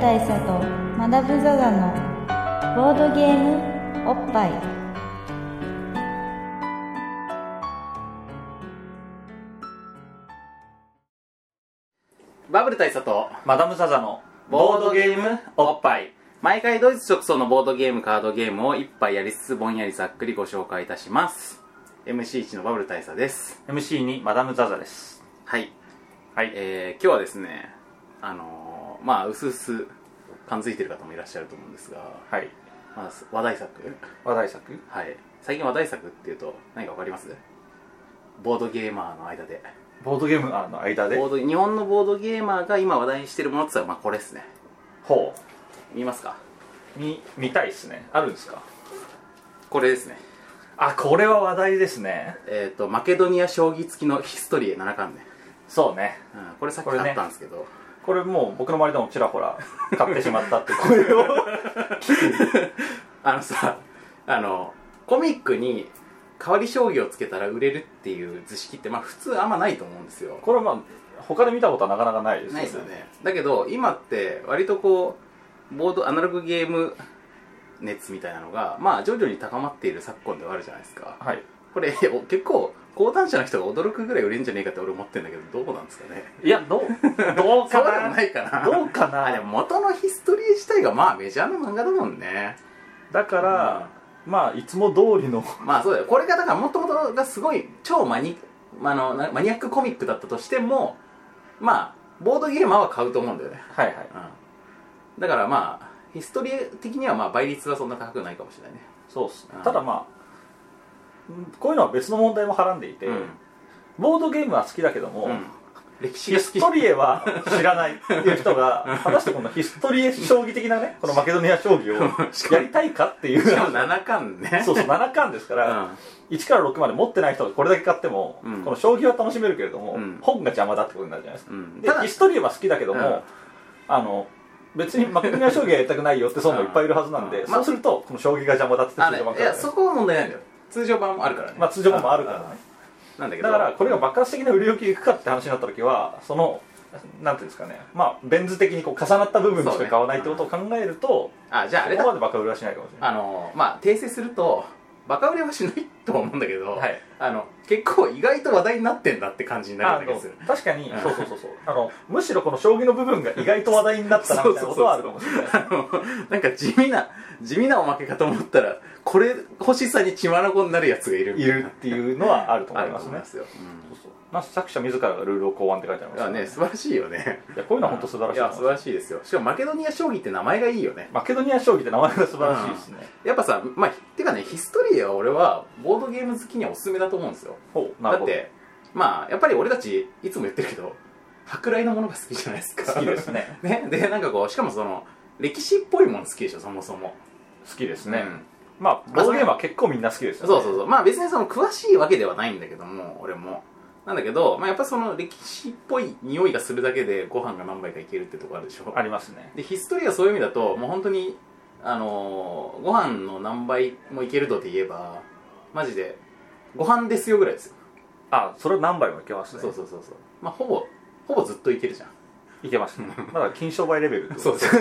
大佐とマダム・ザ・ザのボードゲームおっぱい。 バブル大佐とマダム・ザ・ザのボードゲームおっぱい。毎回ドイツ直送のボードゲームカードゲームを一杯やりつつぼんやりざっくりご紹介いたします。 MC1 のバブル大佐です。 MC2 マダム・ザ・ザです。 はい、 はい。 今日はですねまあうすうす感づいてる方もいらっしゃると思うんですが、 はい。 まあ、話題作、 話題作。 はい、最近話題作っていうと何か分かります？ボードゲーマーの間で、 ボードゲームの間で日本のボードゲーマーが今話題にしてるものって言ったら、まあこれですね。 ほ見ますか？ 見たいですね。あるんですか？ これですね。 あ、これは話題ですね。 マケドニア将棋付きのヒストリー7巻ね。 そうね、 これさっき買ったんですけど、 これもう僕の周りでもちらほら買ってしまったって声をコミックに代わり将棋をつけたら売れるっていう図式ってまあ普通あんまないと思うんですよ。 これはまあ他で見たことはなかなかないですよね。 ないですよね。だけど今って割とこうアナログゲーム熱みたいなのがまあ徐々に高まっている昨今ではあるじゃないですか。 はい。 これ結構講談社の人が驚くぐらい売れるんじゃねえかって俺思ってるんだけど、どうなんですかね。 いや、どうかそうでもな。 ないかな。 どうかな。 でも元のヒストリー自体がまあメジャーな漫画だもんね。 だから、まあいつも通りのまあそうだよ。これがだからもともとがすごい超マニアックコミックだったとしても、まあボードゲーマーは買うと思うんだよね。 はいはい、 だからまあヒストリー的にはまあ倍率はそんな高くないかもしれないね。 そうですね。ただまあこういうのは別の問題もはらんでいて、ボードゲームは好きだけども、 歴史が好き、 ヒストリエは知らないっていう人が果たしてこのヒストリエ将棋的なね、このマケドニア将棋をやりたいかっていう。 しかも7巻ね。 そうそう、7巻ですから、1から6まで持ってない人がこれだけ買っても、この将棋は楽しめるけれども、本が邪魔だってことになるじゃないですか。でヒストリエは好きだけども、別にマケドニア将棋はやりたくないよって層もいっぱいいるはずなんで、そうするとこの将棋が邪魔だって言っていや、そこは問題ないんだよ。通常版もあるからね。 まあ通常版もあるからね。 なんだけど、 だからこれが爆発的な売れ行きいくかって話になった時は、そのなんていうんですかね、まあベン図的にこう重なった部分しか買わないってことを考えると、 じゃああれだ、 ここまでバカ売れはしないかもしれない。 まあ訂正するとバカ売れはしないと思うんだけど、 はい、 結構意外と話題になってんだって感じになるんだけどする。 確かにそうむしろこの将棋の部分が意外と話題になったなみたいなことはあるかもしれない。 なんか地味なおまけかと思ったら、これ欲しさに血眼になるやつがいるっていうのはあると思いますね。まあ作者自らがルールを考案って書いてありますね。素晴らしいよね。 いや、こういうのは本当素晴らしい。 いや素晴らしいですよ。しかもマケドニア将棋って名前がいいよね。 マケドニア将棋って名前が素晴らしいですね。 やっぱさ、まあてかね、ヒストリーは俺はボードゲーム好きにはおすすめだと思うんですよ。だってまあやっぱり俺たちいつも言ってるけど、舶来のものが好きじゃないですか。 好きですね。 ね、でなんかこう、しかもその歴史っぽいもの好きでしょ、そもそも。 好きですね。まあボードゲームは結構みんな好きですよね。 そうまあ別にその詳しいわけではないんだけども、俺もなんだけど、まあやっぱその歴史っぽい匂いがするだけでご飯が何杯かいけるってとこあるでしょ。 ありますね。 でヒストリーはそういう意味だともう本当にご飯の何杯もいけるとって言えばマジでご飯ですよぐらいですよ。 それ何杯もいけますね。 そうまあほぼずっといけるじゃん。 いけますね。まだ金商売レベルってこと。 そう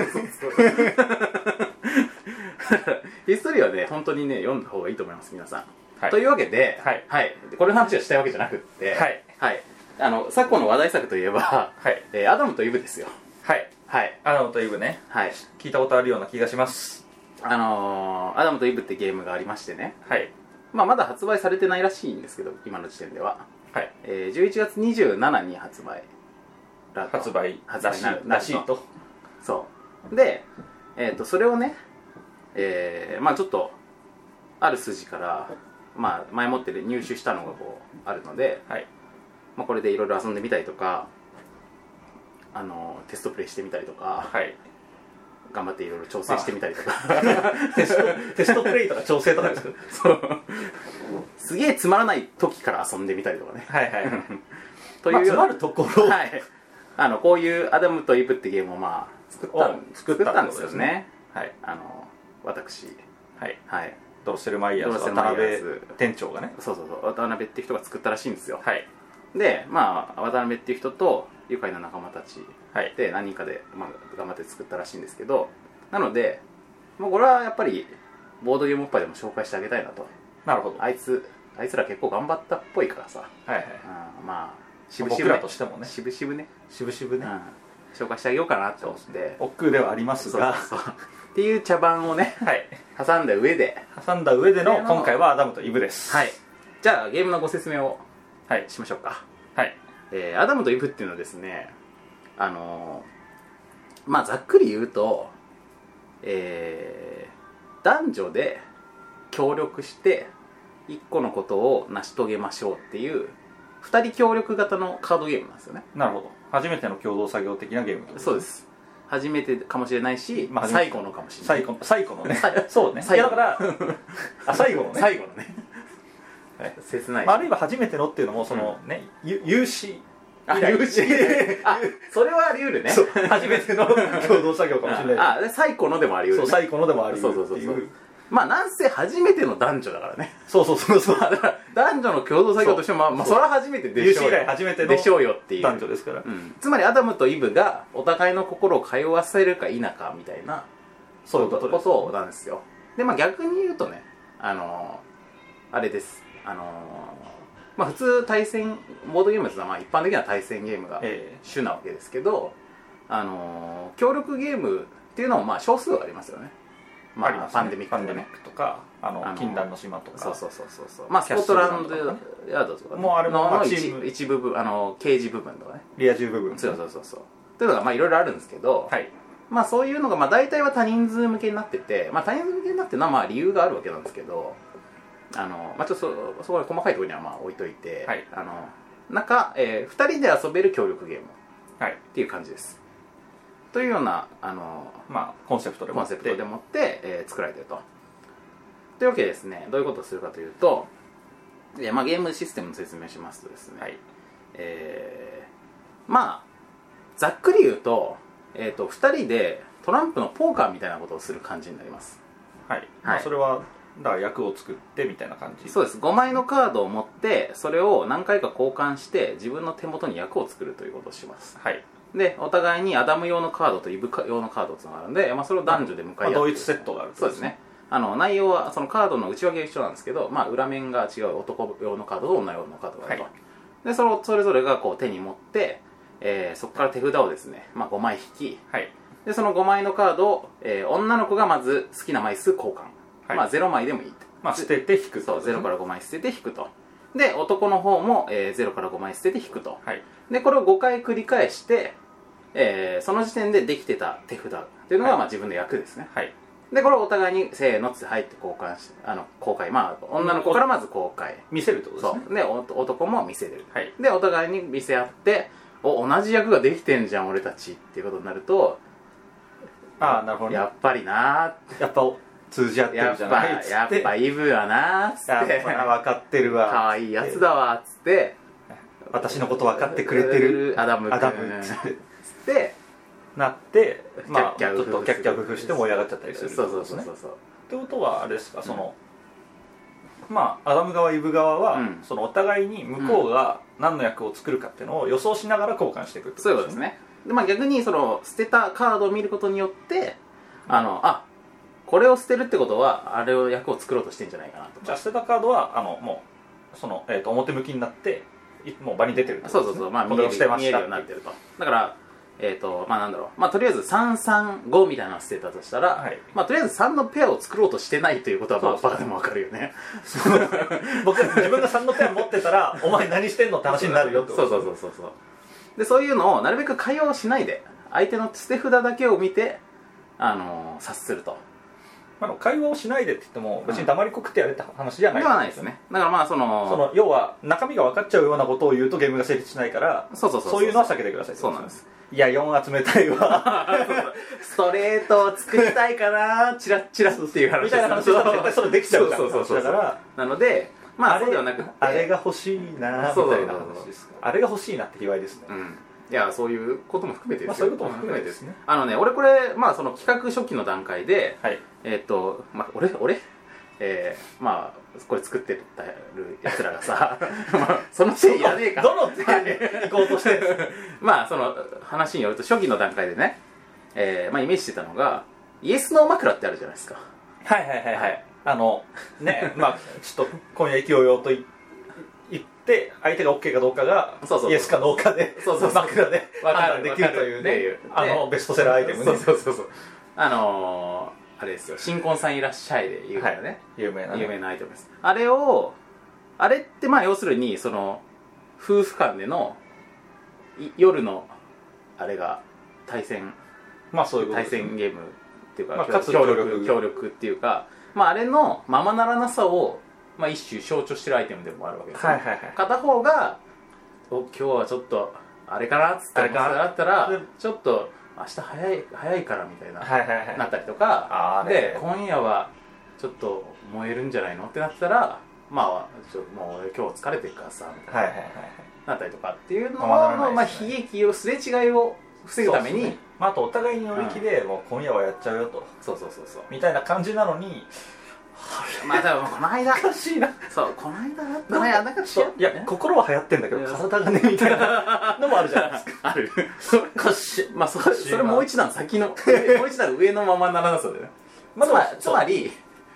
ヒストリーはね本当にね読んだ方がいいと思います、皆さん。というわけで、これの話はしたいわけじゃなくって、昨今の話題作といえば、アダムとイブですよ。 アダムとイブね。聞いたことあるような気がします。 アダムとイブってゲームがありましてね。 まだ発売されてないらしいんですけど、今の時点では。11月27に発売らしいと。 そうで、それをね、まあちょっとある筋からまあ前もって入手したのがこうあるので、まあこれでいろいろ遊んでみたりとか、テストプレイしてみたりとか、頑張っていろいろ調整してみたりとかテストプレイとか調整とかですか。 すげえつまらない時から遊んでみたりとかね。 というつまるところ、 こういうアダムとイブってゲームをまあ作ったんですよね。私ドロッセルマイヤーズ渡辺店長がね、 渡辺っていう人が作ったらしいんですよ。でまあ渡辺っていう人と愉快な仲間たちで何人かで、まあ、頑張って作ったらしいんですけど、なのでもうこれはやっぱりボードゲームおっぱいでも紹介してあげたいなと。 なるほど。 あいつら結構頑張ったっぽいからさ、 はいはい、 まあ渋々、ね、僕らとしてもね渋々ね、紹介してあげようかなって思って、 億劫ではありますが、 そうっていう茶番をね、はい、挟んだ上での今回はアダムとイブです。 はい。じゃあゲームのご説明を、はい、しましょうか。はい。アダムとイブっていうのはですね、まあざっくり言うと、男女で協力して1個のことを成し遂げましょうっていう2人協力型のカードゲームなんですよね。 なるほど。初めての共同作業的なゲーム、ね、 そうです。初めてかもしれないし、まあ、最後のかもしれない。 最後のねそうね。いやだから最後のねはい、切ない、あるいは初めてのっていうのもその、ね、有志それはあり得るね。 初めての共同作業かもしれない。 最高のでもあり得る、ね、 最高のでもあり得るっていう。 まあなんせ初めての男女だからね。 そうだから男女の共同作業としてもまあそれは初めてでしょうよ。 有志以来初めてのでしょうよっていう男女ですから、 つまりアダムとイブがお互いの心を通わせるか否かみたいな、 そういうことなんですよ。でまあ逆に言うとね、あれです、まあ普通対戦ボードゲームですが、まあ一般的な対戦ゲームが主なわけですけど、協力ゲームっていうのもまあ少数ありますよね。まあ、パンデミックとか禁断の島とか、 そうまあスコットランドヤードとか、ね、 もうあれも一部分刑事部分とかね、 リア充部分、 そうというのがまあいろいろあるんですけど、はい、まあそういうのがまあ大体は多人数向けになってて、まあ多人数向けになってるのはまあ理由があるわけなんですけど、まあちょっとそこは細かいところにはまあ置いといて、はい、2人で遊べる協力ゲームっていう感じです。というようなまあ、コンセプトでもって、作られていると。というわけでですね、どういうことをするかというと、まあ、ゲームシステムの説明をしますとですね、はい、まあざっくり言うと、2人でトランプのポーカーみたいなことをする感じになります。 はい、はい、まあ、それはだから役を作ってみたいな感じ。 そうです。5枚のカードを持ってそれを何回か交換して自分の手元に役を作るということをします。はい。でお互いにアダム用のカードとイブ用のカードをつながるので、まあ、それを男女で向かい合って、 同一セットがある。 そうですね。内容はそのカードの内訳が一緒なんですけど、まあ、裏面が違う男用のカードと女用のカードがあると、はい、でそれぞれがこう手に持って、そこから手札をですね、まあ、5枚引き、はい、でその5枚のカードを、女の子がまず好きな枚数交換、はい、まあ、0枚でもいいと、 まあ、捨てて引く、 そう0から5枚捨てて引くと。で男の方も、0から5枚捨てて引くと、はい、でこれを5回繰り返してその時点でできてた手札っていうのが、はい、まあ自分の役ですね。はい。でこれをお互いにせーのって入って交換して公開、まあ女の子からまず公開見せるってことですね。 そうで男も見せる。はい。でお互いに見せ合って同じ役ができてんじゃん俺たちっていうことになると、 ああなるほど、ね、 やっぱりなー、 やっぱ通じ合ってるじゃないっつって、 やっぱイブはなーっつって、 分かってるわ、 可愛いやつだわっつって、 私のこと分かってくれてるアダムっつってなって、まあちょっとキャッキャブフして盛り上がっちゃったりするってことですね。ってことはあれですか、そのまあアダム側イブ側は、そのお互いに向こうが何の役を作るかっていうのを予想しながら交換していくってことですね。 そういうことですね。で、まあ、逆にその捨てたカードを見ることによってこれを捨てるってことはあれを役を作ろうとしてんじゃないかなと。 じゃあ捨てたカードはもうその、表向きになってもう場に出てるってことですね。 そう、まあ、見えるようになってると。だからまあなんだろう、まあとりあえず335みたいなのを捨てたとしたら、はい、まあとりあえず3のペアを作ろうとしてないということはまあバカでもわかるよね。 僕自分が3のペア持ってたらお前何してんのって話になるよってこと。 そうでそういうのをなるべく会話をしないで相手の捨て札だけを見て察すると。 会話をしないでって言っても別に黙りこくってやれって話じゃない、 ではないですね。だからまあその要は中身が分かっちゃうようなことを言うとゲームが成立しないから、そういうのは避けてください。 そうなんです。 いや4集めたいわストレートを作りたいかなチラッチラッっていう話みたいな話は絶対それできちゃうからだからなのでまあそうではなくてあれが欲しいなみたいな話ですか。あれが欲しいなって卑猥ですね。 いやそういうことも含めてですよ。そういうことも含めてですね。 俺これまあその企画初期の段階で、はい、まあ俺まあこれ作ってるやつらがさまあそのせいいらねえかどの手に行こうとしてるまあその話によると初期の段階でね、まあイメージしてたのがイエスノー枕ってあるじゃないですか。 はいはいはいはい、ねまあちょっと今夜勢いようと言って相手が OK かどうかがイエスかノーかで枕で判断できるというねベストセラーアイテムね。 そうあれですよ、新婚さんいらっしゃいで有名なね、はい、有名なアイテムです。あれってまあ要するにその夫婦間での夜のあれが対戦、 まあそういうこと対戦ゲームっていうか、 まあ、 協力っていうか、まああれのままならなさをまあ一種象徴してるアイテムでもあるわけです、 はいはいはい、 片方が今日はちょっとあれかなっつってあったらちょっと明日早いからみたいな、なったりとかで、今夜はちょっと燃えるんじゃないのってなったら、まあもう俺今日疲れてるからさみたいな、なったりとかっていうのの、まあ悲劇をすれ違いを防ぐために、 まあ、あとお互いに乗り気で、もう今夜はやっちゃうよとそうみたいな感じなのに、 まあ多分この間おかしいな、 そうこの間だったね、なんかいや心は流行ってんだけど体がねみたいなのもあるじゃないですかあるまあそれもう一段先のもう一段上のままならなそうだよねつまり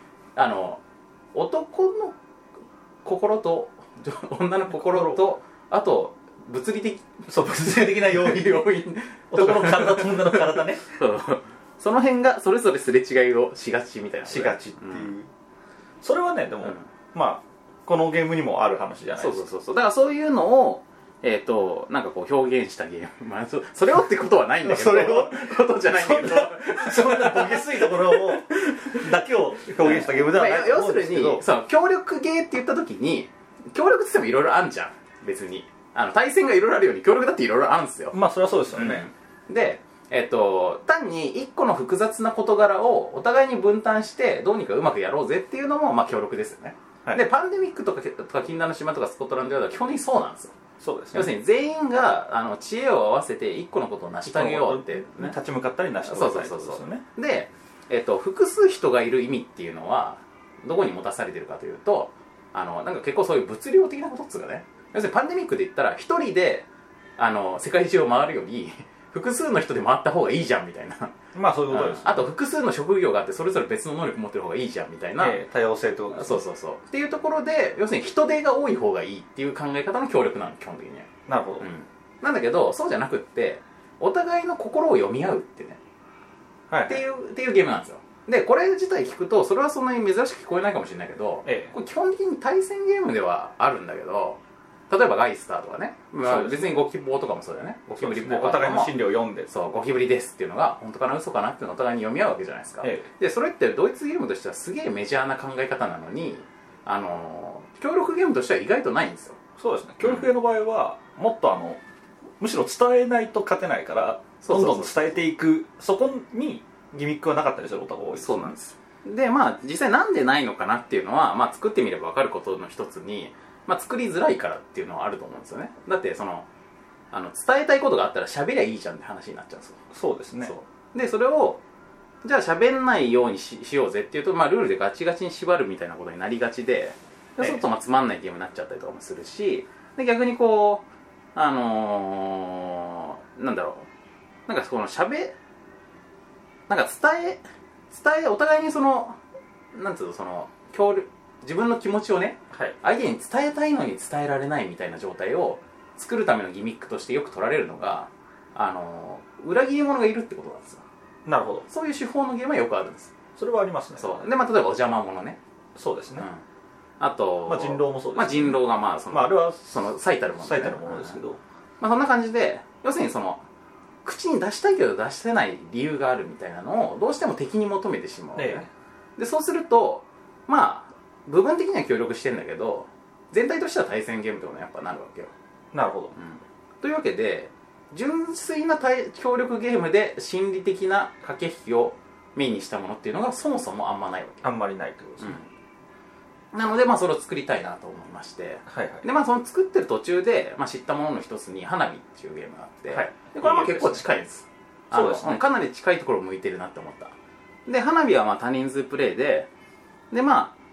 男の心と女の心とあと物理的な要因男の体と女の体ねその辺がそれぞれすれ違いをしがちみたいなしがちっていう、それはねでも、まあこのゲームにもある話じゃないですか。 そうだからそういうのをなんかこう表現したゲーム、まあそれをってことはないんだけどそれをことじゃないんだけどそんなボケすいところだけを表現したゲームではないと思うんですけど、 要するに協力ゲーって言った時に協力って言ってもいろいろあるじゃん。別に対戦がいろいろあるように協力だっていろいろあるんですよ。 まあそれはそうですよね、 で単に一個の複雑な事柄をお互いに分担してどうにかうまくやろうぜっていうのもまあ協力ですよね、でパンデミックとか禁断の島とかスコットランドヤードは基本的にそうなんですよ。 そうですね、 要するに全員が知恵を合わせて一個のことを成し遂げようって、 立ち向かったり成し遂げたりですよね。 で、複数人がいる意味っていうのはどこに持たされてるかというとなんか結構そういう物量的なことっつうかね、要するにパンデミックで言ったら一人で世界中を回るより複数の人で回った方がいいじゃんみたいな、 まあそういうことです、 あと複数の職業があってそれぞれ別の能力持ってる方がいいじゃんみたいな、 多様性ってことですね。 そうっていうところで要するに人手が多い方がいいっていう考え方の協力なの基本的には。 なるほど、 なんだけどそうじゃなくってお互いの心を読み合うってね、っていうゲームなんですよ。でこれ自体聞くとそれはそんなに珍しく聞こえないかもしれないけど、これ基本的に対戦ゲームではあるんだけど、例えばガイスターとかね、別にゴキブリとかもそうだよね。ゴキブリお互いの心理を読んで、 そうゴキブリですっていうのが本当かな嘘かなっていうのをお互いに読み合うわけじゃないですか、でそれってドイツゲームとしてはすげえメジャーな考え方なのに協力ゲームとしては意外とないんですよ。 そうですね、協力ゲームの場合はもっとむしろ伝えないと勝てないからどんどん伝えていく、そこにギミックはなかったりすることが多いです、ね、 そうなんです。でまあ実際なんでないのかなっていうのは、まあ、作ってみれば分かることの一つに、まあ、作りづらいからっていうのはあると思うんですよね。だって伝えたいことがあったら喋りゃいいじゃんって話になっちゃうんですよ。 そうですね。 でそれをじゃあ喋んないように しようぜっていうと、まあ、ルールでガチガチに縛るみたいなことになりがちで、そうするとまあつまんないゲームになっちゃったりとかもするし、で逆にこうなんだろう、なんかこのなんか伝えお互いになんつうの自分の気持ちをね、相手に伝えたいのに伝えられないみたいな状態を作るためのギミックとしてよく取られるのが裏切り者がいるってことなんですよ。 なるほど。 そういう手法のゲームはよくあるんです。 それはありますね。 そうで、まあ、例えばお邪魔者ね。 そうですね、 あと、 まあ、人狼もそうですね。 まあ、人狼がまああれは最たるもの、 最たるものですけど、 まあ、そんな感じで要するに口に出したいけど出せない理由があるみたいなのをどうしても敵に求めてしまうわけね、でそうするとまあ部分的には協力してるんだけど全体としては対戦ゲームとかにやっぱなるわけよ。 なるほど、 というわけで純粋な協力ゲームで心理的な駆け引きをメインにしたものっていうのがそもそもあんまないわけ。 あんまりないってことですね、 なのでまあそれを作りたいなと思いまして、でまあその作ってる途中で、まあ、知ったものの一つに花火っていうゲームがあって、でこれはまあ結構近いです。 そうですね、 かなり近いところを向いてるなって思った。で花火はまあ多人数プレイでま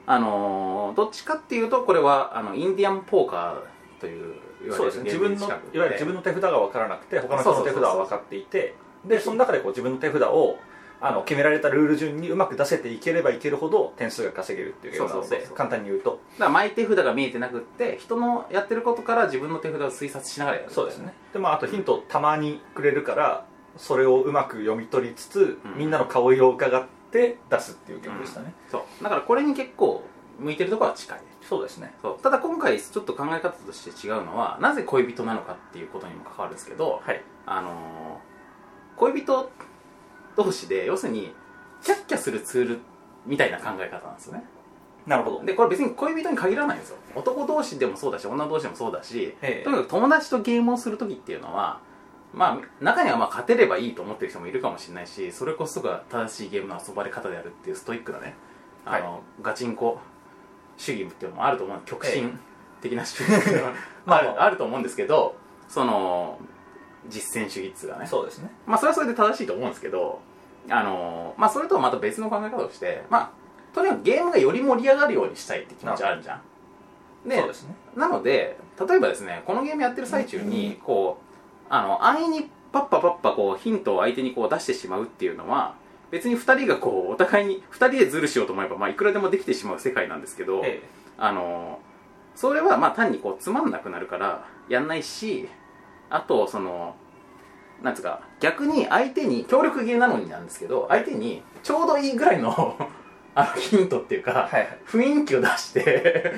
どっちかっていうとこれはインディアンポーカーという言われるゲームに近くて、いわゆる自分の手札が分からなくて他の人の手札は分かっていて、でその中でこう自分の手札を決められたルール順にうまく出せていければいけるほど点数が稼げるっていうゲームなので、簡単に言うと、 だからマイ手札が見えてなくって人のやってることから自分の手札を推察しながらやる。 そうですね。であとヒントをたまにくれるからそれをうまく読み取りつつ、みんなの顔色を伺って出すっていうゲームでしたね。 そうだからこれに結構向いてるところは近い。 そうですね。 ただ今回ちょっと考え方として違うのは、なぜ恋人なのかっていうことにも関わるんですけど、 はい、 恋人同士で要するにキャッキャするツールみたいな考え方なんですよね。 なるほど。 でこれ別に恋人に限らないんですよ。男同士でもそうだし女同士でもそうだし、とにかく友達とゲームをする時っていうのは、まあ中には勝てればいいと思ってる人もいるかもしれないし、それこそが正しいゲームの遊ばれ方であるっていうストイックなね、ガチンコ主義っていうのもあると思う。極真的な主義っていうのはあると思うんですけど、その実践主義っつうかね、 そうですね。 まあそれはそれで正しいと思うんですけど、まあそれとはまた別の考え方をして、まあとにかくゲームがより盛り上がるようにしたいって気持ちあるじゃん。で、 そうですね。 なので例えばですね、このゲームやってる最中にこう安易にパッパこうヒントを相手にこう出してしまうっていうのは、別に2人がこうお互いに2人でズルしようと思えば、まあいくらでもできてしまう世界なんですけど、それはまあ単にこうつまんなくなるからやんないし、あとそのなんつうか、逆に相手に協力ゲーなのになんですけど、相手にちょうどいいぐらいのヒントっていうか、雰囲気を出して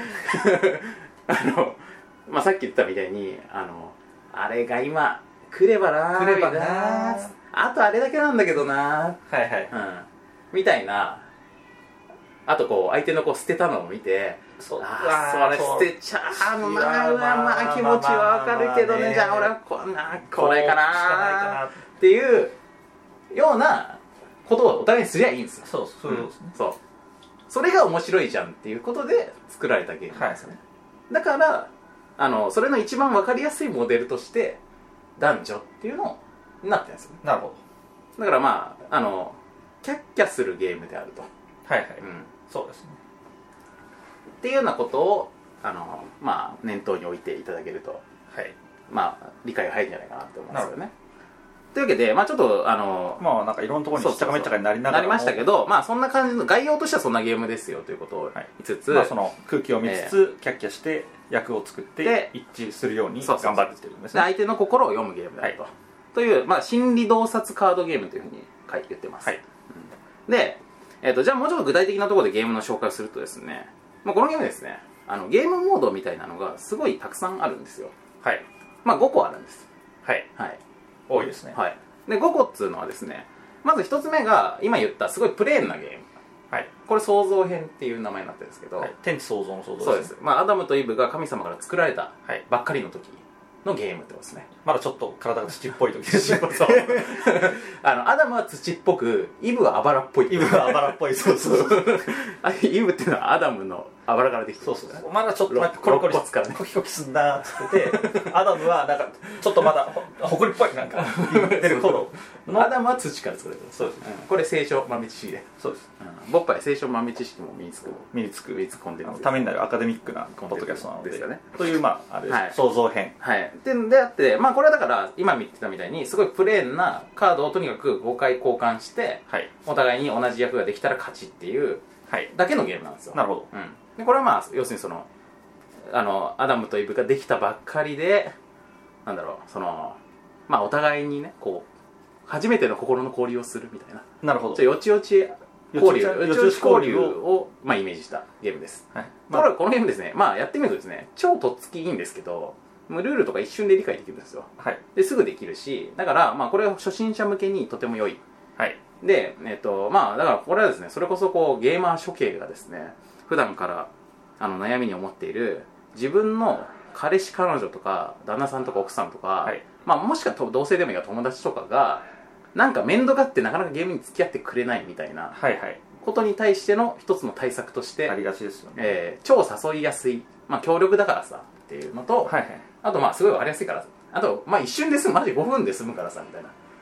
まあさっき言ったみたいにあれが今来ればなあとあれだけなんだけどな、みたいな、あとこう相手のこう捨てたのを見て、それ捨てちゃう、まあ気持ちはわかるけどね、じゃあ俺はこれかなっていうようなことをお互いにすりゃいいんですよ。 そうですね。 それが面白いじゃんっていうことで作られたゲームなんですよね。だからそれの一番わかりやすいモデルとして男女っていうのになってるんですよね。 なるほど。だからまあキャッキャするゲームであると。 そうですね。 っていうようなことをまあ念頭に置いていただけると、まあ理解が入るんじゃないかなと思うんですよね。というわけで、まあちょっとまあなんかいろんなところにしっちゃかめっちゃかになりながらなりましたけど、まあそんな感じの概要としてはそんなゲームですよということを言いつつ、 まあその空気を見つつキャッキャして役を作って一致するように頑張るっていうんですね。 相手の心を読むゲームだと、というまあ心理洞察カードゲームというふうに言ってます。で、じゃあもうちょっと具体的なところでゲームの紹介をするとですね、まあこのゲームですね、ゲームモードみたいなのがすごいたくさんあるんですよ。まあ5個あるんです。 多いですね。 で5個っつうのはですね、まず1つ目が今言ったすごいプレーンなゲーム、これ創造編っていう名前になってるんですけど、 天地創造の創造そうです。まあアダムとイブが神様から作られたばっかりの時のゲームってことですね。 まだちょっと体が土っぽい時ですね。 アダムは土っぽく、イブはあばらっぽい。 イブはあばらっぽい。そうイブっていうのはアダムのあばらからできてる。 まだちょっとコリコリコキコキすんなーっつってて、アダムはなんかちょっとまだほこりっぽいなんか言ってる頃のアダムは土から作られてる。そうです。これ聖書豆知識で。 そうです。 ボッパイ聖書豆知識も身につく込んでるためになるアカデミックなポッドキャストなのでですよね。 というまああれ創造編。 であって、まあこれはだから今見てたみたいにすごいプレーンなカードをとにかく5回交換して、お互いに同じ役ができたら勝ちっていうだけのゲームなんですよ。 なるほど。 でこれはまあ要するにそのアダムとイブができたばっかりで、なんだろう、そのまあお互いにねこう初めての心の交流をするみたいな。 なるほど。 よちよち交流をまあイメージしたゲームです。このゲームですね、まあやってみるとですね、超とっつきいいんですけど、ルールとか一瞬で理解できるんですよ。ですぐできるし、だからまあこれは初心者向けにとても良い。で、まあだからこれはですね、それこそこうゲーマー処刑がですね、普段から悩みに思っている自分の彼氏彼女とか旦那さんとか奥さんとか、まあもしくは同性でもいいが友達とかがなんか面倒がってなかなかゲームに付き合ってくれないみたいなことに対しての一つの対策としてありがちですよね。 超誘いやすい、まあ協力だからさっていうのと、あとまあすごい分かりやすいから、あとまあ一瞬で済む、マジ5分で済むからさみたいな。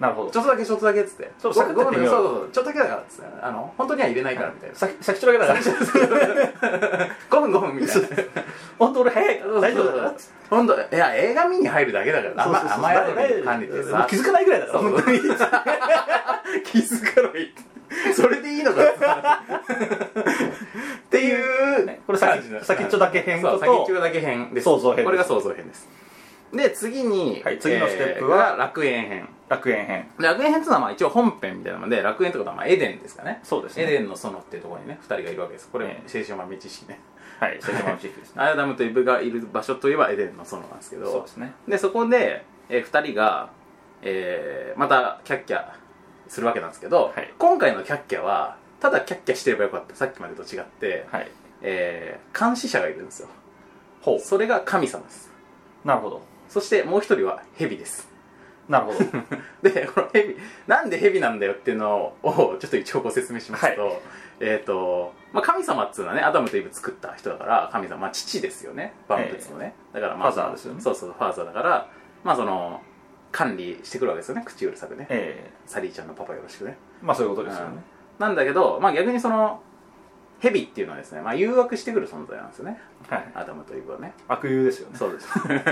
なるほど。 ちょっとだけちょっとだけっつって、 そうそうそうちょっとだけだからっつって、本当には入れないからみたいな、 先ちょだけだから 5分5分みたいな、 本当俺早いから大丈夫だよ、 本当いや映画見に入るだけだから、甘やかに管理ってさ、 気づかないぐらいだから本当に気づかないそれでいいのかっていう、 これ先っちょだけ編と先っちょだけ編です。 創造編、 これが創造編です。で次に、 次のステップは楽園編。 楽園編っていうのは一応本編みたいなので、楽園ってことはエデンですかね。 そうですね。 エデンの園っていうところにね2人がいるわけです。これ聖書豆知識ね。 はい、聖書豆知識ですね。 アダムとイブがいる場所といえばエデンの園なんですけど、 そうですね。 でそこで、2人が、またキャッキャするわけなんですけど、今回のキャッキャはただキャッキャしてればよかった、さっきまでと違って、監視者がいるんですよ。それが神様です。 なるほど。 そしてもう一人は蛇です。 なるほどでこの蛇なんで蛇なんだよっていうのをちょっと一応ご説明しますと、神様っつうのはね、アダムとイブ作った人だから神様、父ですよね、万物のね、だからファーザーですよね。 そうそう、ファーザーだからその管理してくるわけですよね、口うるさくね、サリーちゃんのパパよろしくね、 そういうことですよね。 なんだけど、逆にその蛇っていうのはですね、誘惑してくる存在なんですよね、アダムとイブはね。 悪友ですよね。 そうです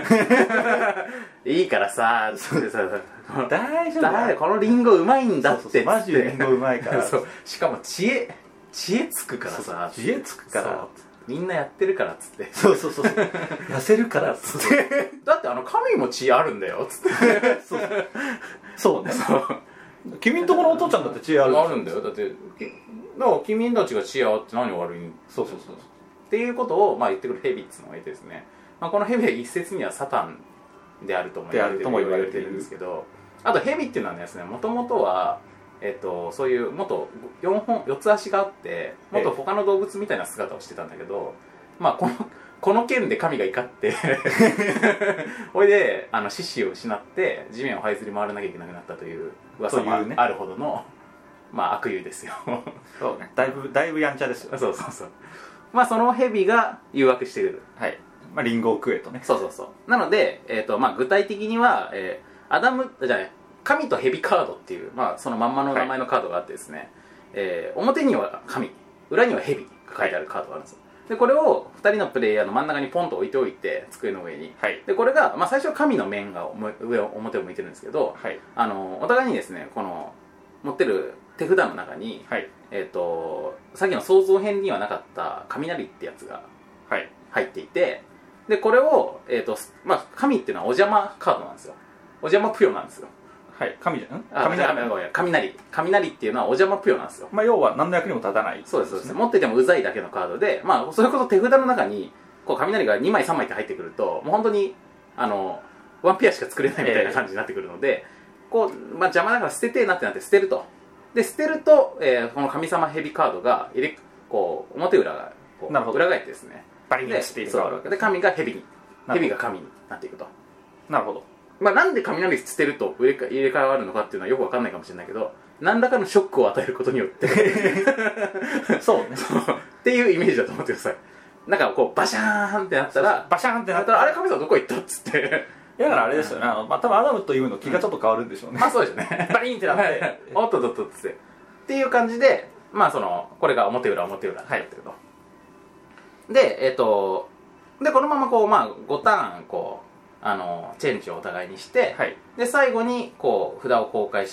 いいからさ大丈夫、 このリンゴうまいんだってマジでリンゴうまいからしかも知恵つくからさ、 知恵つくからみんなやってるからっつって、 そう痩せるからっつってだって神も知恵あるんだよっつってそうね、君んとこのお父ちゃんだって知恵あるんだよ。だって君たちが知恵あって何が悪いん、 そうっていうことを言ってくる蛇っつうのがいてですね、この蛇は一説にはサタンであるとも言われてるんですけど、あと蛇っていうのはですね、もともとはそういう元4つ足があってもっと他の動物みたいな姿をしてたんだけど、この件で神が怒ってそれで獅子を失って地面を這いずり回らなきゃいけなくなったという噂もあるほどの、悪友ですよそうね、だいぶやんちゃですよ。 そうその蛇が誘惑してくる。 リンゴを食えとね。 そうなので、具体的には、神と蛇カードっていう、そのまんまの名前のカードがあってですね、表には神、裏には蛇が書いてあるカードがあるんですよ。でこれを2人のプレイヤーの真ん中にポンと置いておいて、机の上に、でこれが、最初は神の面が表を向いてるんですけど、お互いにですね、この持ってる手札の中に、さっきの創造編にはなかった雷ってやつが入っていて、でこれを、神っていうのはお邪魔カードなんですよ。お邪魔ぷよなんですよ。 雷っていうのはお邪魔ぷよなんですよ。 要は何の役にも立たない。 そうです持っててもうざいだけのカードで、それこそ手札の中にこう雷が2枚3枚って入ってくると、もう本当にワンペアしか作れないみたいな感じになってくるので、こう、邪魔だから捨ててえなってなって捨てると。で捨てると、この神様ヘビカードがこう表裏がこう裏返ってですね、 バリンって入れ替わるわけで神がヘビが神になっていくと。 なるほど。 なんで雷捨てると入れ替わるのかっていうのはよく分かんないかもしれないけど、何らかのショックを与えることによってそうねっていうイメージだと思ってください。なんかこうバシャーンってなったらあれ神様どこ行ったっつってだからあれですよね、多分アダムとイブの気がちょっと変わるんでしょうね。 そうですねバリンってなっておっとっとっとっていう感じで、これが表裏ってなってると。でこのままこう5ターンこうチェンジをお互いにして、で最後にこう札を公開して、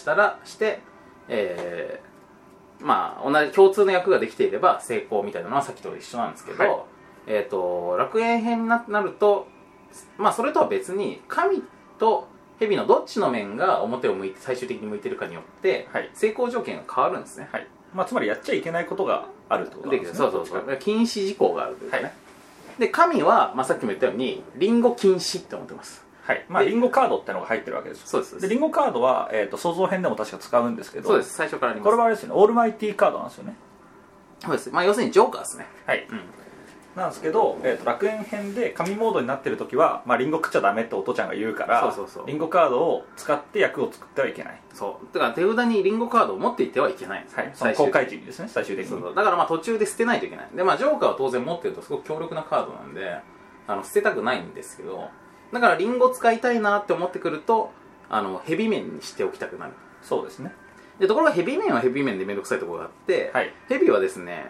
同じ共通の役ができていれば成功みたいなのはさっきと一緒なんですけど、楽園編になると、それとは別に神と蛇のどっちの面が表を向いて最終的に向いてるかによって、成功条件が変わるんですね。 つまりやっちゃいけないことがあるってことなんですね。 そう禁止事項があるというかね。で神は、さっきも言ったようにリンゴ禁止って思ってます。 リンゴカードってのが入ってるわけです。 そうです。 でリンゴカードは、創造編でも確か使うんですけど、 そうです、最初からあります。 これはあれですよね、オールマイティーカードなんですよね。 そうです。要するにジョーカーですね。 なんですけど、楽園編で神モードになってる時は、リンゴ食っちゃダメってお父ちゃんが言うから、リンゴカードを使って役を作ってはいけない。 だから手札にリンゴカードを持っていてはいけないんです。 その公開時にですね、最終的に。 だから途中で捨てないといけない。でジョーカーは当然持ってるとすごく強力なカードなんで捨てたくないんですけど、だからリンゴ使いたいなって思ってくるとヘビ面にしておきたくなる。 そうですね。 でところがヘビー面はヘビー面でめんどくさいところがあって、 はい、 ヘビーはですね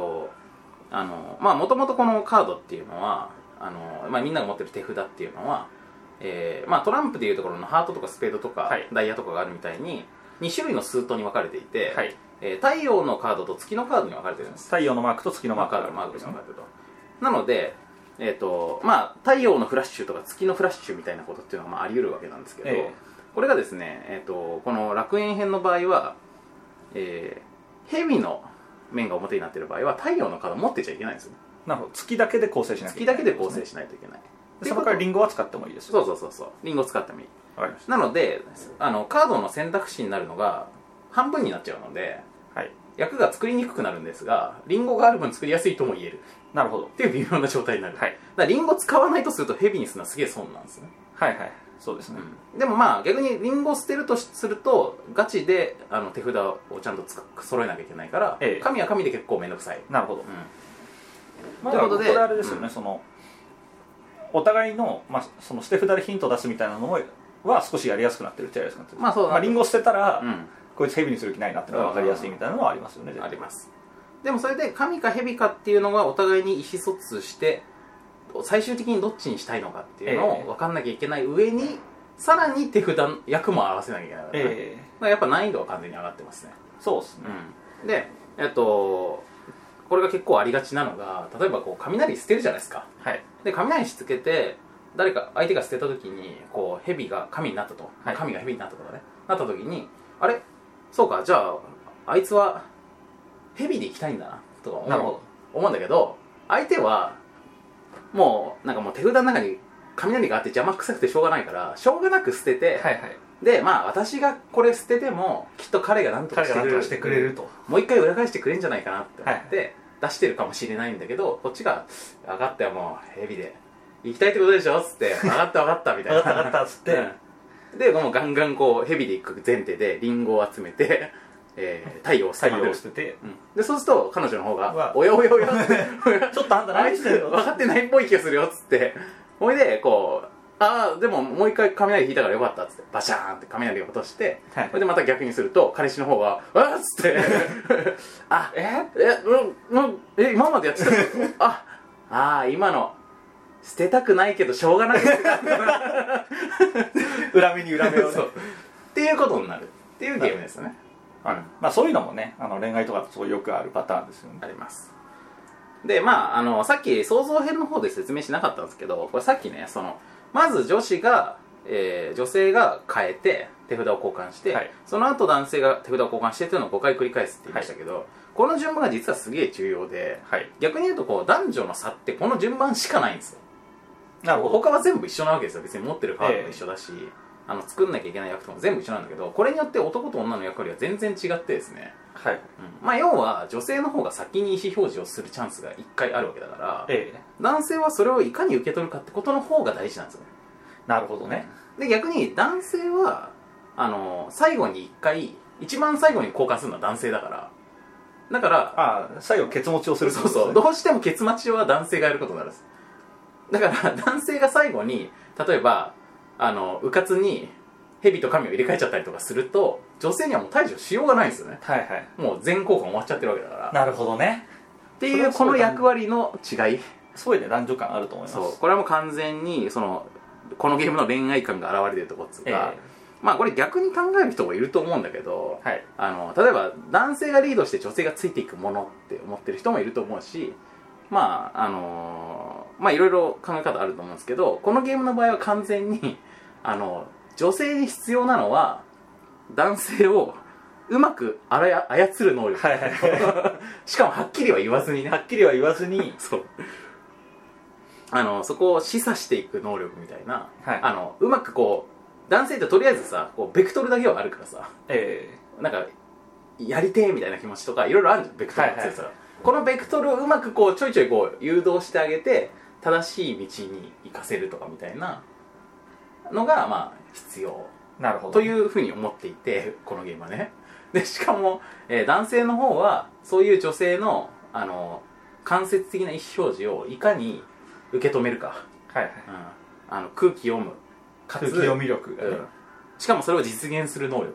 もともとこのカードっていうのはみんなが持ってる手札っていうのは、トランプでいうところのハートとかスペードとか、ダイヤとかがあるみたいに2種類のスートに分かれていて、はい、太陽のカードと月のカードに分かれてるんです。 太陽のマークと月のマークがある、 マークに分かれてると。なので太陽のフラッシュとか月のフラッシュみたいなことっていうのはあり得るわけなんですけど、これがですね、この楽園編の場合は、蛇の面が表になっている場合は太陽のカード持ってちゃいけないんですよね。 なるほど。月だけで構成しなきゃいけない、 月だけで構成しないといけない。 そのからリンゴは使ってもいいですよ。 そうリンゴ使ってもいい。わかりました。なのでカードの選択肢になるのが半分になっちゃうので、はい、役が作りにくくなるんですが、リンゴがある分作りやすいとも言える。 なるほど。 っていう微妙な状態になる。はい、だからリンゴ使わないとするとヘビにするのはすげえ損なんですね。 はいはい。そうですね。 でも逆にリンゴを捨てるとするとガチで手札をちゃんと揃えなきゃいけないから、神は神で結構めんどくさい。 なるほど。ということでこれあれですよね、お互いの、その捨て札でヒントを出すみたいなのは少しやりやすくなってるっちゃやりやすくなってる。そうリンゴを捨てたら、こいつヘビにする気ないなってのが分かりやすいみたいなのはありますよね。 あります。でもそれで神かヘビかっていうのがお互いに意思疎通して最終的にどっちにしたいのかっていうのを分かんなきゃいけない上に、さらに手札役も合わせなきゃいけないから、ね、だからやっぱ難易度は完全に上がってますね。 そうですね。 でこれが結構ありがちなのが、例えば雷捨てるじゃないですか。はい、で雷しつけて相手が捨てた時にヘビが神になったと、はい、神がヘビになったとかね、なった時にあれそうか、じゃああいつはヘビで行きたいんだなとか思うんだけど、相手はもう手札の中に雷があって邪魔くさくてしょうがないから、しょうがなく捨てて、はいはい、で私がこれ捨ててもきっと彼が何とかしてくれると、もう一回裏返してくれるんじゃないかなって思って、はい、出してるかもしれないんだけど、こっちが分かったよ、もうヘビで行きたいってことでしょっつって分かった分かったみたいな分かったっつって、 でもうガンガンヘビで行く前提でリンゴを集めて太陽を捨てて、でそうすると彼女の方がおやおやおやってちょっとあんた何してるよ、 分かってないっぽい気がするよっつって、ほいででももう一回雷引いたからよかったっつってバシャーンって雷を落として、はい、それでまた逆にすると彼氏の方があっつって今までやってた今の捨てたくないけどしょうがない裏目に裏目をねっていうことになるっていうゲームですね。 そういうのもね、恋愛とかとよくあるパターンですよね。 あります。でさっき創造編の方で説明しなかったんですけど、これさっきねまず女性が変えて手札を交換して、はい、その後男性が手札を交換してというのを5回繰り返すって言いましたけど、はい、この順番が実はすげえ重要で、はい、逆に言うと男女の差ってこの順番しかないんですよ。なるほど。他は全部一緒なわけですよ。別に持ってるカードも一緒だし、作んなきゃいけない役とかも全部一緒なんだけど、これによって男と女の役割が全然違ってですね、はい、要は女性の方が先に意思表示をするチャンスが1回あるわけだから、男性はそれをいかに受け取るかってことの方が大事なんですよね。 なるほどね。 で逆に男性は最後に1回一番最後に交換するのは男性だから最後ケツ持ちをするってことですね。どうしてもケツ待ちは男性がやることになるんです。だから男性が最後に例えばうかつに蛇と神を入れ替えちゃったりとかすると、女性にはもう対処しようがないんですよね。はいはい。もう全交換終わっちゃってるわけだから。 なるほどね。 っていうこの役割の違い、 すごいね、男女感あると思います。 そう、これはもう完全にこのゲームの恋愛感が現れてるところっつうか、これ逆に考える人もいると思うんだけど、はい、例えば男性がリードして女性がついていくものって思ってる人もいると思うし、いろいろ考え方あると思うんですけど、このゲームの場合は完全に女性に必要なのは男性をうまく操る能力、はいはいはい、しかもはっきりは言わずにね、 はっきりは言わずにそうそこを示唆していく能力みたいな、はい、うまく男性ってとりあえずさベクトルだけはあるからさ、なんかやりてーみたいな気持ちとかいろいろあるじゃん、ベクトルの強さが、はいはい、このベクトルをうまくちょいちょい誘導してあげて正しい道に行かせるとかみたいなのが必要というふうに思っていて、このゲームはね。でしかも、男性の方はそういう女性の間接的な意思表示をいかに受け止めるか、はいはい、空気読む、 かつ空気読み力、 しかもそれを実現する能力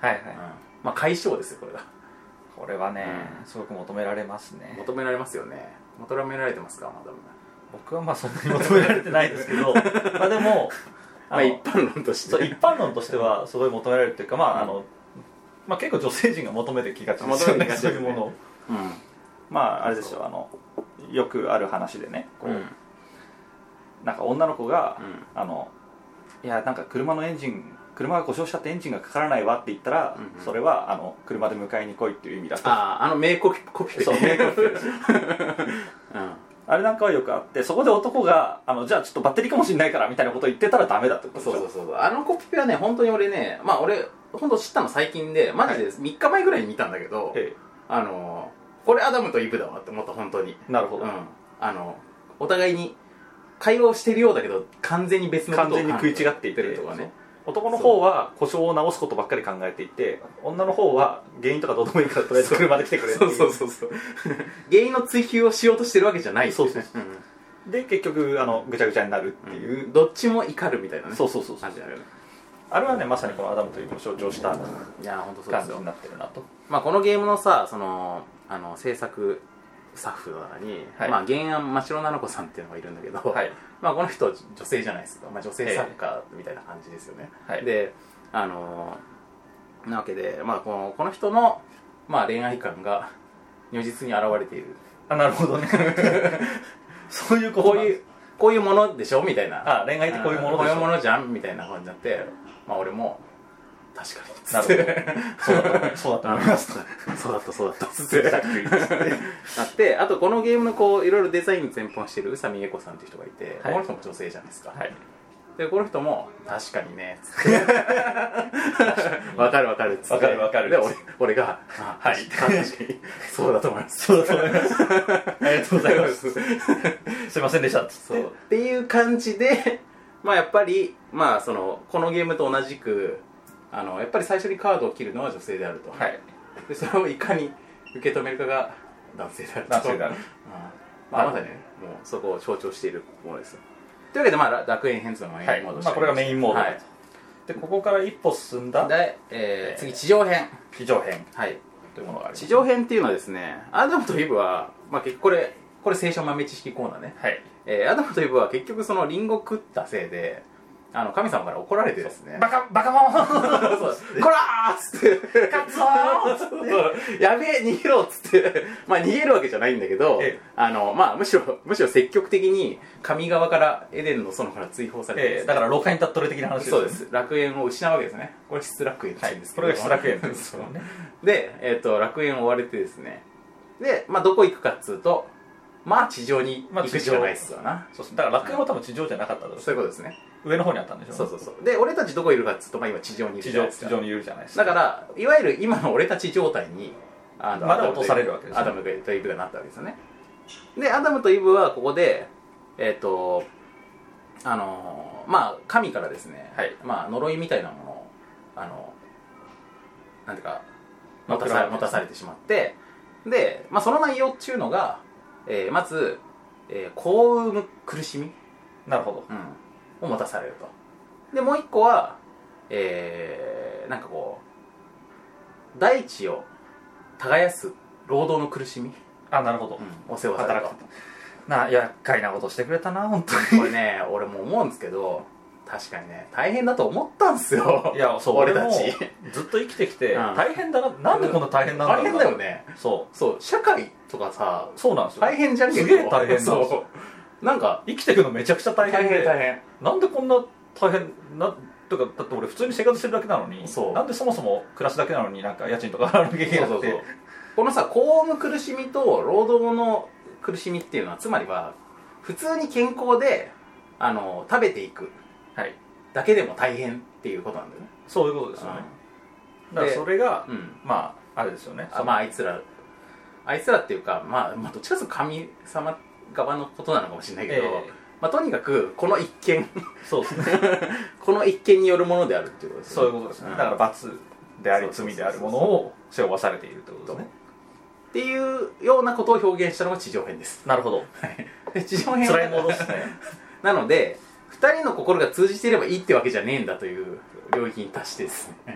はいはい、 まあ解消ですよこれが。 これはね、すごく求められますね。 求められますよね。求められてますか、マダム。 僕はまあそんなに求められてないですけどまあでもまあ一般論としてそう一般論としてはすごい求められるっていうか、まあまあ結構女性陣が求めてきがちですよね、そういうものを。まああれですよ、よくある話でね、こうなんか女の子がいやなんか車が故障しちゃってエンジンがかからないわって言ったら、それは車で迎えに来いっていう意味だと。 名コピペ。 そう名コピペですあれなんかはよくあって、そこで男がじゃあちょっとバッテリーかもしれないからみたいなことを言ってたらダメだってことですよ。 そうコピペはね、本当に俺ね、まあ俺本当知ったの最近で、マジで3日前ぐらいに見たんだけど、これアダムとイブだわって思った。本当に。 なるほど。 お互いに会話をしてるようだけど完全に別のことを完全に食い違っていてるとかね。男の方は故障を直すことばっかり考えていて、女の方は原因とかどうでもいいからとりあえず車で来てくれっていう。 そう原因の追求をしようとしてるわけじゃないっていうね。 で結局ぐちゃぐちゃになるっていう、 どっちも怒るみたいなね。 そうあれはね、まさにこのアダムとイブを象徴した感じになってるなと。 まあこのゲームのさ、制作スタッフの中に、まあ原案真城菜々子さんっていうのがいるんだけど、まあこの人女性じゃないですか。まあ女性作家みたいな感じですよね。でなわけで、まあこの人のまあ恋愛観が如実に現れている。 なるほどねそういうことこういうものでしょみたいな。 恋愛ってこういうものでしょ、 こういうものじゃんみたいな感じになって、まあ俺も確かに。 なるほど。そうだと思います。 そうだったつってなって、あとこのゲームのこういろいろデザイン全般してる宇佐美恵子さんっていう人がいて、この人も女性じゃないですか。でこの人も確かにねつってわかるっつって、で俺がはい確かにそうだと思います。 ありがとうございます。すいませんでしたっつっていう感じで、まあやっぱりまあこのゲームと同じくやっぱり最初にカードを切るのは女性であると。でそれをいかに受け止めるかが男性であると。まさにね、もうそこを象徴しているものです。というわけで、まあ楽園編というのがメインモード、 これがメインモードで、ここから一歩進んだ次地上編というものがあります。 地上編っていうのはですね、アダムとイブは、まあ、これ聖書豆知識コーナーね、アダムとイブは結局そのリンゴ食ったせいで神様から怒られてですね、 バカモンこらーっつってカツオーっつってやべえ逃げろっつってまあ逃げるわけじゃないんだけど、まあむしろ積極的に神側からエデンの園から追放されて、 だからロカインタットル的な話です。 そうです。楽園を失うわけですね。これ失楽園って言うんですけど、 これが失楽園ですよね。 で楽園を追われてですね、でまあどこ行くかっつうと、まあ地上に行くしかないっすわな。 だから楽園は多分地上じゃなかっただろう。 そういうことですね。 上の方にあったんでしょ。 そうで俺たちどこいるかっつうと、まあ今地上にいるじゃないですか。 地上にいるじゃないですか。 だからいわゆる今の俺たち状態にまだ落とされるわけです。 アダムとイブがなったわけですよね。でアダムとイブはここでまあ神からですね、まあ呪いみたいなものをなんていうか持たされてしまって、でまあその内容っていうのがまず幸運む苦しみ、 なるほど、 を持たされると。でもう一個はなんかこう大地を耕す労働の苦しみ、 なるほど、 を背負わされると。 厄介なことしてくれたな本当に。 これね俺も思うんですけど、確かにね大変だと思ったんですよ。 いやそう俺たちずっと生きてきて大変だな、なんでこんな大変なんだろう。 大変だよね。そう社会とかさ、 そうなんですよ、 大変じゃんけど、 すげえ大変なんですよ。 なんか生きていくのめちゃくちゃ大変で、 大変なんでこんな大変なとか、だって俺普通に生活してるだけなのに、なんでそもそも暮らすだけなのになんか家賃とか払わなきゃいけなくて、 このさ幸運の苦しみと労働の苦しみっていうのは、つまりは普通に健康で食べていくだけでも大変っていうことなんだよね。 そういうことですよね。だからそれが、まああれですよね。 まああいつらっていうか、まあどっちかというと神様側のことなのかもしれないけど、まあとにかくこの一件そうですねこの一件によるものであるっていうことですね。 そういうことですね。だから罰であり罪であるものを背負わされているってことですね。 っていうようなことを表現したのが地上編です。 なるほど。 で地上編辛いものですね。 なので2人の心が通じていればいいってわけじゃねえんだという領域に達してですね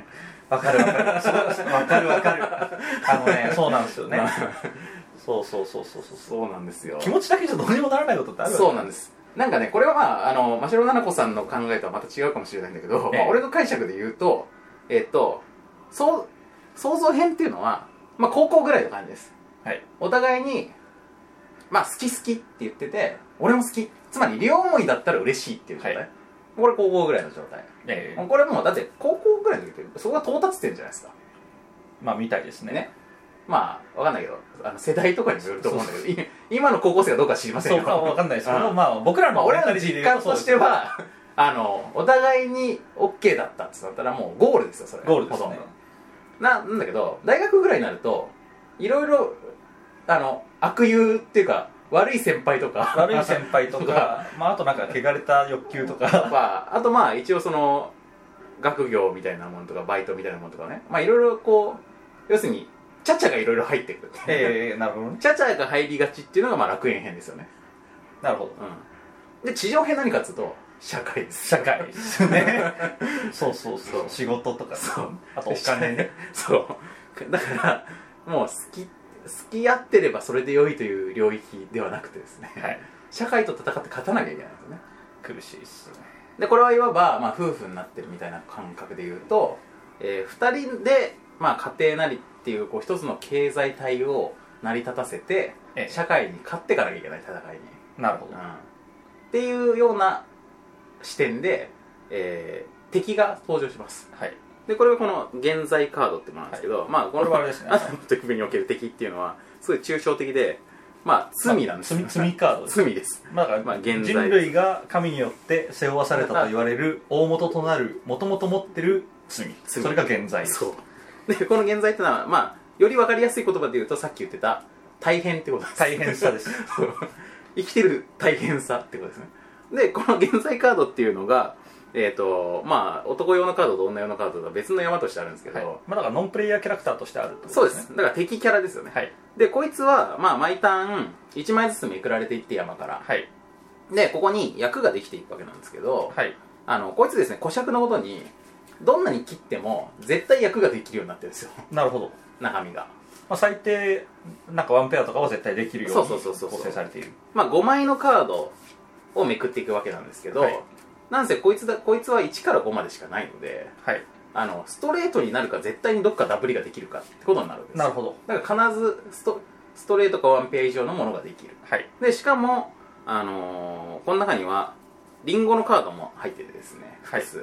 わかるわかるわかるわかるそうなんですよねそうなんですよ。 気持ちだけじゃどうにもならないことってあるわけ。 そうなんです。なんかね、これはまあ真城菜々子さんの考えとはまた違うかもしれないんだけど、俺の解釈で言うと創造編っていうのは、まあ、高校ぐらいの感じです、はい、お互いに、まあ、好き好きって言ってて、俺も好き、つまり両思いだったら嬉しいっていう状態、はい、これ高校ぐらいの状態、これもうだって高校ぐらいの時ってそこが到達点じゃないですか。 まあみたいですね。 まあわかんないけど世代とかにもよると思うんだけど、今の高校生がどうか知りませんよ。 そうかわかんないですけど、まあ僕らの俺らの実感としてはお互いに OK だったってなったらもうゴールですよ、それ。 ゴールですね。 なんだけど大学ぐらいになるといろいろ悪友っていうか悪い先輩とかまああとなんか汚れた欲求とかあとまあ一応その学業みたいなものとかバイトみたいなものとかね、まあいろいろこう要するにチャチャがいろいろ入ってくる。 なるほどね。 チャチャが入りがちっていうのがまあ楽園編ですよね。 なるほど。 で地上編何かっていうと社会です。 社会ですね。そう仕事とか、あとお金ね。 そうだからもう好き合ってればそれで良いという領域ではなくてですね、はい、社会と戦って勝たなきゃいけないんですよね。 苦しいっすね。 でこれはいわば、まあ、夫婦になってるみたいな感覚で言うと、2人で、まあ、家庭なりっていう、こう一つの経済体を成り立たせて、社会に勝っていかなきゃいけない戦いに。 なるほど、 っていうような視点で、敵が登場します、はい、でこれはこの現在カードってものなんですけど、はい、まあこれはですね、アダムとイブにおける敵っていうのはすごい抽象的で、まあ罪なんですよ、 罪カードです。 罪です。 まあ現在人類が神によって背負わされたと言われる大元となるもともと持ってる罪、それが現在です。 そうでこの現在っていうのは、まあより分かりやすい言葉で言うと、さっき言ってた大変ってことです。 大変さです生きてる大変さってことですね。でこの現在カードっていうのがまあ男用のカードと女用のカードとは別の山としてあるんですけど、はい、 まあ、だからノンプレイヤーキャラクターとしてあるってことですね。 そうです。だから敵キャラですよね、はい、でこいつは、まあ、毎ターン1枚ずつめくられていって山から、はい、でここに役ができていくわけなんですけど、はい、こいつですね、古尺のことにどんなに切っても絶対役ができるようになってるんですよ。 なるほど。 中身が、 まあ、最低なんかワンペアとかは絶対できるように構成されている。 まあ5枚のカードをめくっていくわけなんですけど、はい、なんせこいつは1から5までしかないので、はい、ストレートになるか絶対にどっかダブりができるかってことになるんです。 なるほど。 だから必ずストレートかワンペア以上のものができる、はい、でしかも、この中にはリンゴのカードも入っててですね、複数、はい、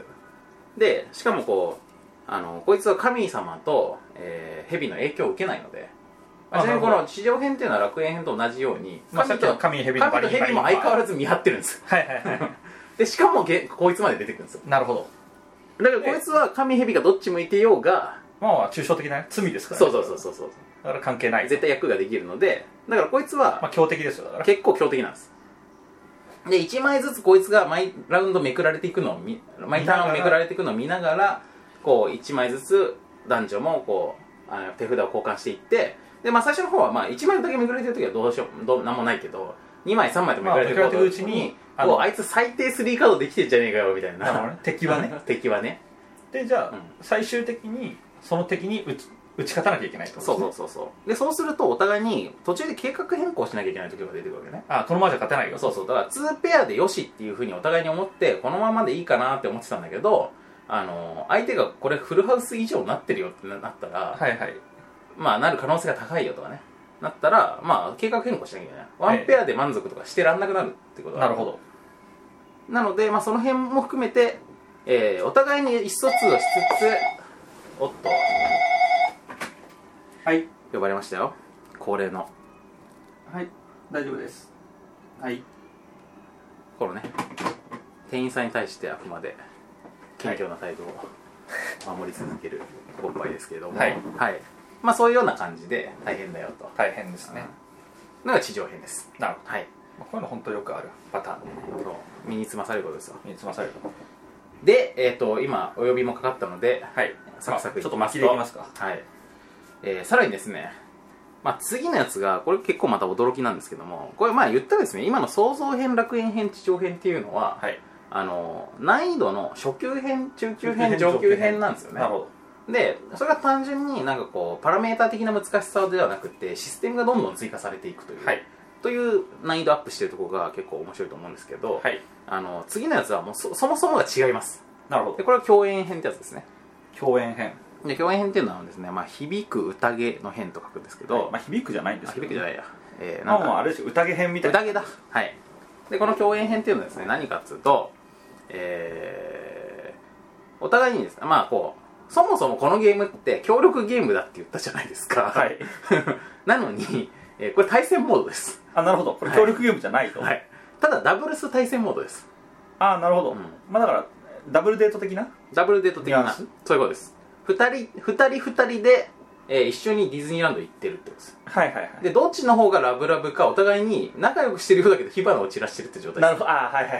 でしかもこいつは神様と、蛇の影響を受けないので、ちなみにこの地上編っていうのは楽園編と同じように、 神と蛇のバリバリ神と蛇も相変わらず見張ってるんですよ。 はいはいはいでしかもこいつまで出てくるんですよ。 なるほど。 だからこいつは神蛇がどっち向いてようが、 まあ抽象的な罪ですからね。 そうだから関係ない。 絶対役ができるので、だからこいつはまあ強敵ですよ。だから結構強敵なんです。で1枚ずつこいつが毎ラウンドめくられていくのを毎ターンめくられていくのを見ながら、こう1枚ずつ男女もこう手札を交換していって、でまあ最初の方はまあ1枚だけめくられてる時はどうしようなんもないけど、2枚3枚とめくられてるうちに、あいつ最低3カードできてんじゃねえかよみたいな。 敵はね敵はね。 でじゃあ、最終的にその敵に打ち勝たなきゃいけないってことですね。 そうでそうするとお互いに途中で計画変更しなきゃいけない時が出てくるわけね。 このままじゃ勝てないよ。 だから2ペアでよしっていうふうにお互いに思ってこのままでいいかなって思ってたんだけど、相手がこれフルハウス以上になってるよってなったら、はいはい、まあなる可能性が高いよとかねなったら、まあ計画変更しなきゃいけない。ワンペアで満足とかしてらんなくなるってことなるほど。 なので、まあ、その辺も含めて、お互いに意思疎通をしつつ、おっと、はい、呼ばれましたよ、恒例の。 はい、大丈夫です。はい。 このね、店員さんに対してあくまで謙虚な態度を守り続けるおっぱいですけれども、はい、はい、まあそういうような感じで大変だよと。 大変ですね。 のが地上編です。 なるほど。はい。こういうの本当よくあるパターンで、 身につまされることですよ。 身につまされることで、今お呼びもかかったので、はい、サクサクいきますと、ちょっと巻きでいきますか。はい。さらにですね、まあ、次のやつがこれ結構また驚きなんですけども、これまあ言ったらですね、今の創造編、楽園編、地上編っていうのは、はい、難易度の初級編、中級編、上級編なんですよね。なるほど。 でそれが単純になんかこうパラメーター的な難しさではなくてシステムがどんどん追加されていくという、という難易度アップしてるところが結構面白いと思うんですけど、次のやつはもう そもそもが違います。 なるほど。 でこれは共演編ってやつですね。 共演編で共演編っていうのはですね、響く宴の編と書くんですけど、 響くじゃないんですけど、 響くじゃないや、 なんかあれですよ、宴編みたいな。 宴だ。はい。でこの共演編っていうのはですね、何かっつうと、お互いにですね、こうそもそもこのゲームって協力ゲームだって言ったじゃないですか。なのに、これ対戦モードです。 なるほど。これ協力ゲームじゃないと。 ただダブルス対戦モードです。 なるほど。だからダブルデート的な、 そういうことです。2人で、一緒にディズニーランド行ってるってことです。でどっちの方がラブラブかお互いに仲良くしてるようだけど火花を散らしてるって状態です。 なるほど。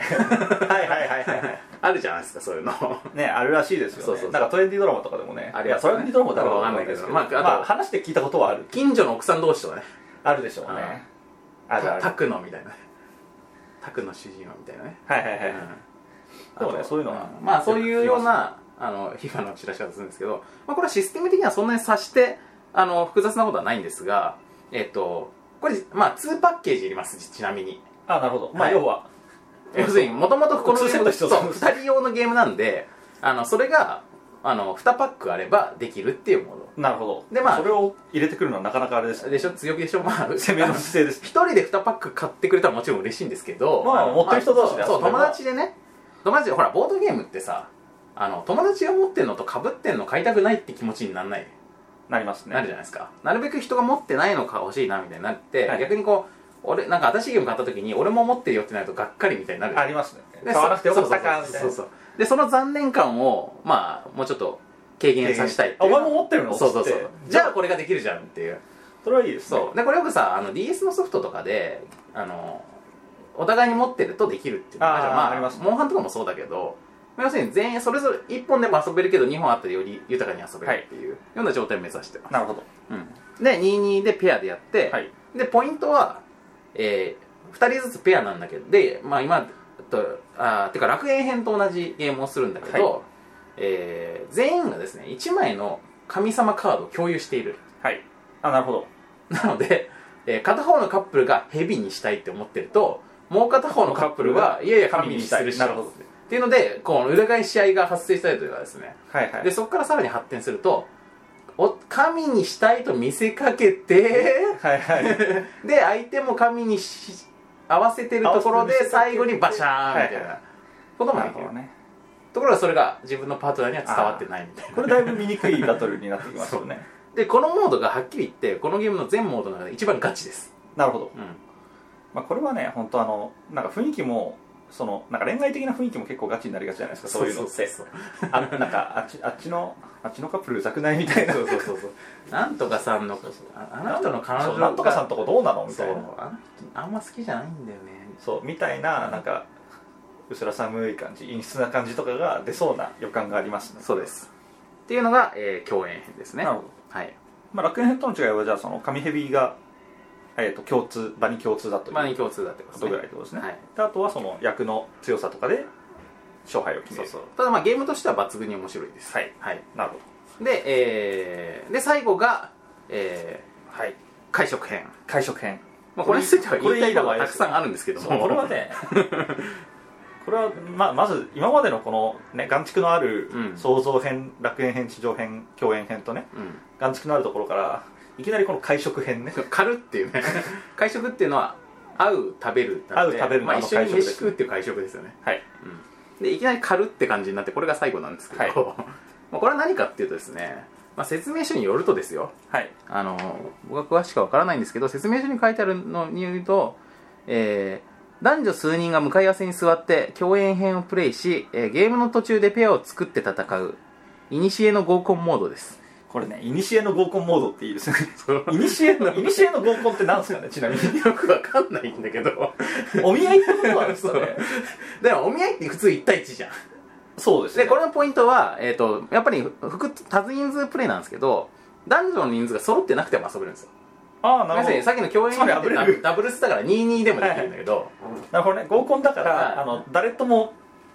あるじゃないですか、そういうのね。あるらしいですよね。なんかトレンディードラマとかでもね。 いやトレンディードラマだろうわかんないけど、話で聞いたことはある。 近所の奥さん同士とかね、 あるでしょうね。 タクノみたいな、タクの主人公みたいなね。 そういうのはそういうような火花の散らし方するんですけど、これはシステム的にはそんなに察して複雑なことはないんですが、これ2パッケージいります。ちなみになるほど。 要するにもともとこのゲーム2人用のゲームなんで、それが2パックあればできるっていうもの。 なるほど。でそれを入れてくるのはなかなかあれですでしょ、強気でしょ。 攻めの姿勢です。 1人で2パック買ってくれたらもちろん嬉しいんですけど、 持ってる人同士で友達でほらボードゲームってさ、友達が持ってるのと被ってんの買いたくないって気持ちにならない？ なりますね。 なるじゃないですか。なるべく人が持ってないのか欲しいなみたいになって、逆にこう俺なんか新しいゲーム買った時に俺も持ってるよってなるとがっかりみたいになる。 ありますね。買わなくてよかったかみたいな。 でその残念感をもうちょっと軽減させたいっていう。 お前も持ってるの？ じゃあこれができるじゃんっていう。 それはいいですね。 でこれよくさDS のソフトとかでお互いに持ってるとできるっていうのがあります。モンハンとかもそうだけど、要するに全員それぞれ1本でも遊べるけど2本あったらより豊かに遊べるっていうような状態を目指してます。 なるほど。 で22でペアでやって、でポイントは、2人ずつペアなんだけど、で今とてか楽園編と同じゲームをするんだけど、全員がですね1枚の神様カードを共有している。 なるほど。 なので、片方のカップルがヘビにしたいって思ってると、もう片方のカップルはいやいや神にするし、なるほどっていうのでこう裏返し合いが発生したりとかですね。でそこからさらに発展すると、神にしたいと見せかけてで相手も神に合わせてるところで最後にバシャーンみたいなこともできる。ところがそれが自分のパートナーには伝わってないみたいな。 これだいぶ見にくいバトルになってきますよね。 でこのモードがはっきり言ってこのゲームの全モードの中で一番ガチです。 なるほど。これはね本当なんか雰囲気もなんか恋愛的な雰囲気も結構ガチになりがちじゃないですか。そういうのってなんかあっちのカップルうざくないみたいな。 なんとかさんのあの人の彼女なんとかさんとこどうなのみたいな。 あんま好きじゃないんだよねみたいな、なんかうすら寒い感じ、陰湿な感じとかが出そうな予感がありますね。 そうですっていうのが、共演編ですね。 なるほど。楽園編との違いはじゃあ紙ヘビが場に共通だということぐらいってことですね。であとは役の強さとかで勝敗を決める。 ただゲームとしては抜群に面白いです。 なるほど。で最後が会食編。これについては言いたいことがたくさんあるんですけども、 これはねこれはまず今までのこの眼蓄のある創造編、楽園編、地上編、共演編とね、眼蓄のあるところからいきなりこの会食編ね、 狩るっていうね会食っていうのは会う食べる会う食べる一緒に飯食うっていう会食ですよね。でいきなり狩るって感じになって、これが最後なんですけど、これは何かっていうとですね、説明書によるとですよ、僕は詳しくは分からないんですけど、説明書に書いてあるのに言うと、男女数人が向かい合わせに座って共演編をプレイし、ゲームの途中でペアを作って戦う古の合コンモードです。 これね、古の合コンモードっていいですね。古の合コンって何ですかね、ちなみに。 よくわかんないんだけどお見合いってことなんですかね。 でもお見合いって普通1対1じゃん。 そうですね。 でこれのポイントは、やっぱり多人数プレイなんですけど、男女の人数が揃ってなくても遊べるんですよ。 なるほど。 さっきの共演ってダブルスだから22でもできるんだけど、 なるほどね。合コンだから誰とも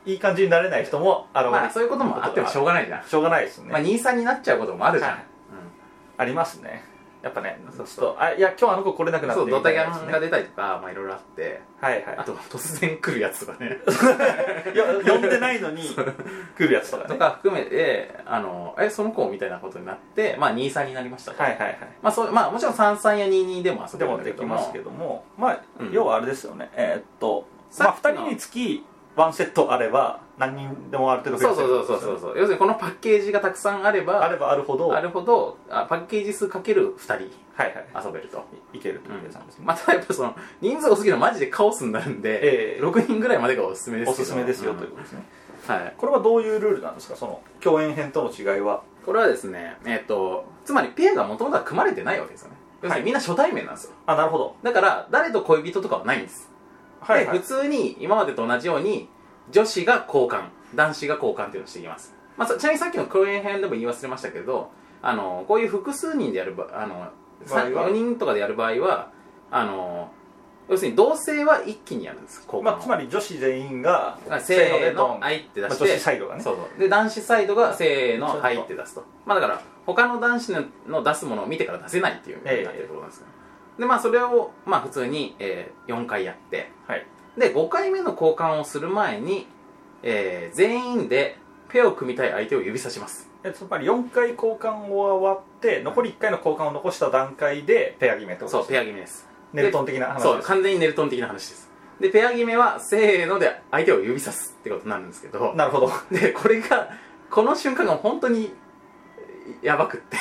いい感じになれない人も現れる、 まあそういうこともあってもしょうがないじゃん。 しょうがないですね。 まあ23になっちゃうこともあるじゃん、 ありますね。やっぱね、そうすると、いや今日あの子来れなくなって、 そうドタキャンが出たりとか、まあいろいろあって、 はいはい、 あと突然来るやつとかね呼んでないのに来るやつとかねとか含めて、その子みたいなことになって、まあ23になりましたと。 はいはいはい。 まあもちろん33や22でも遊べるんだけども、 でもできますけども、まあ、要はあれですよね。まあ2人につき1セットあれば何人でもある程度増やせる。 そう要するにこのパッケージがたくさんあればあるほどパッケージ数かける2人遊べると、 いけるという計算ですね。 まあただやっぱその人数多すぎるのマジでカオスになるんで、6人ぐらいまでがおすすめです。 おすすめですよということですね。 はい。 これはどういうルールなんですか、その共演編との違いは。 これはですね、つまりペアがもともとは組まれてないわけですよね。要するにみんな初対面なんですよ。 なるほど。 だから誰と恋人とかはないんです。で普通に今までと同じように女子が交換、男子が交換っていうのをしていきます。まあ、ちなみにさっきの共演編でも言い忘れましたけど、こういう複数人でやる4人とかでやる場合は要するに同性は一気にやるんです。 まあ、つまり女子全員がせーのはいって出して、 女子サイドがね、 そうで男子サイドがせーのはいって出すと、まあだから他の男子の出すものを見てから出せないっていう風になってるってことなんですよ。でまあそれをまあ普通に4回やって、で5回目の交換をする前に全員でペアを組みたい相手を指さします。 つまり4回交換終わって残り1回の交換を残した段階でペア決めってことです。 そう、ペア決めです。 ネルトン的な話です。 そう、完全にネルトン的な話です。でペア決めはせーので相手を指さすってことになるんですけど、 なるほど。 でこの瞬間が本当にやばくって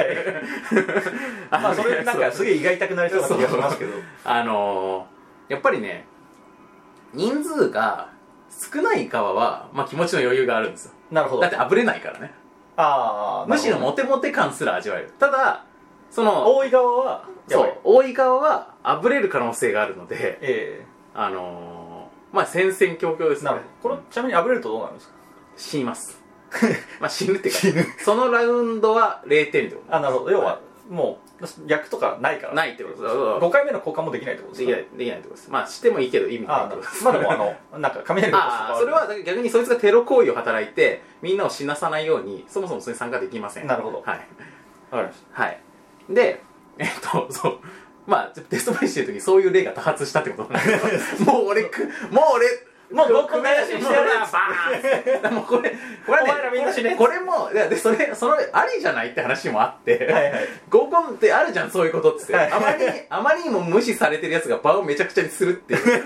まあそれなんかすげえ胃が痛くなりそうな気がしますけどやっぱりね、人数が少ない側は、まあ、気持ちの余裕があるんですよ。 なるほど。 だってあぶれないからね。むしろモテモテ感すら味わえる。ただその多い側は多い側はあぶれる可能性があるので、まあ戦々恐々ですね。 これちなみにあぶれるとどうなるんですか。 死にますまあ死ぬっていうかそのラウンドは0点ってこと。 なるほど。要はもう逆とかないからないってことです。 5回目の交換もできないってことですか。 できないってことです。まあしてもいいけど意味ないってことです。 まあでもなんか雷が落とす。 それは逆にそいつがテロ行為を働いてみんなを死なさないようにそもそもそれに参加できません。 なるほど。 はい。 わかりました。 はい。でそうまあテストプレイしてる時にそういう例が多発したってことなんだけどもう俺もう5個目出ししてやるやつもうこれお前らみんな死ね。これもでそのありじゃないって話もあって合コンってあるじゃんそういうことっつって、あまりにも無視されてるやつが場をめちゃくちゃにするっていう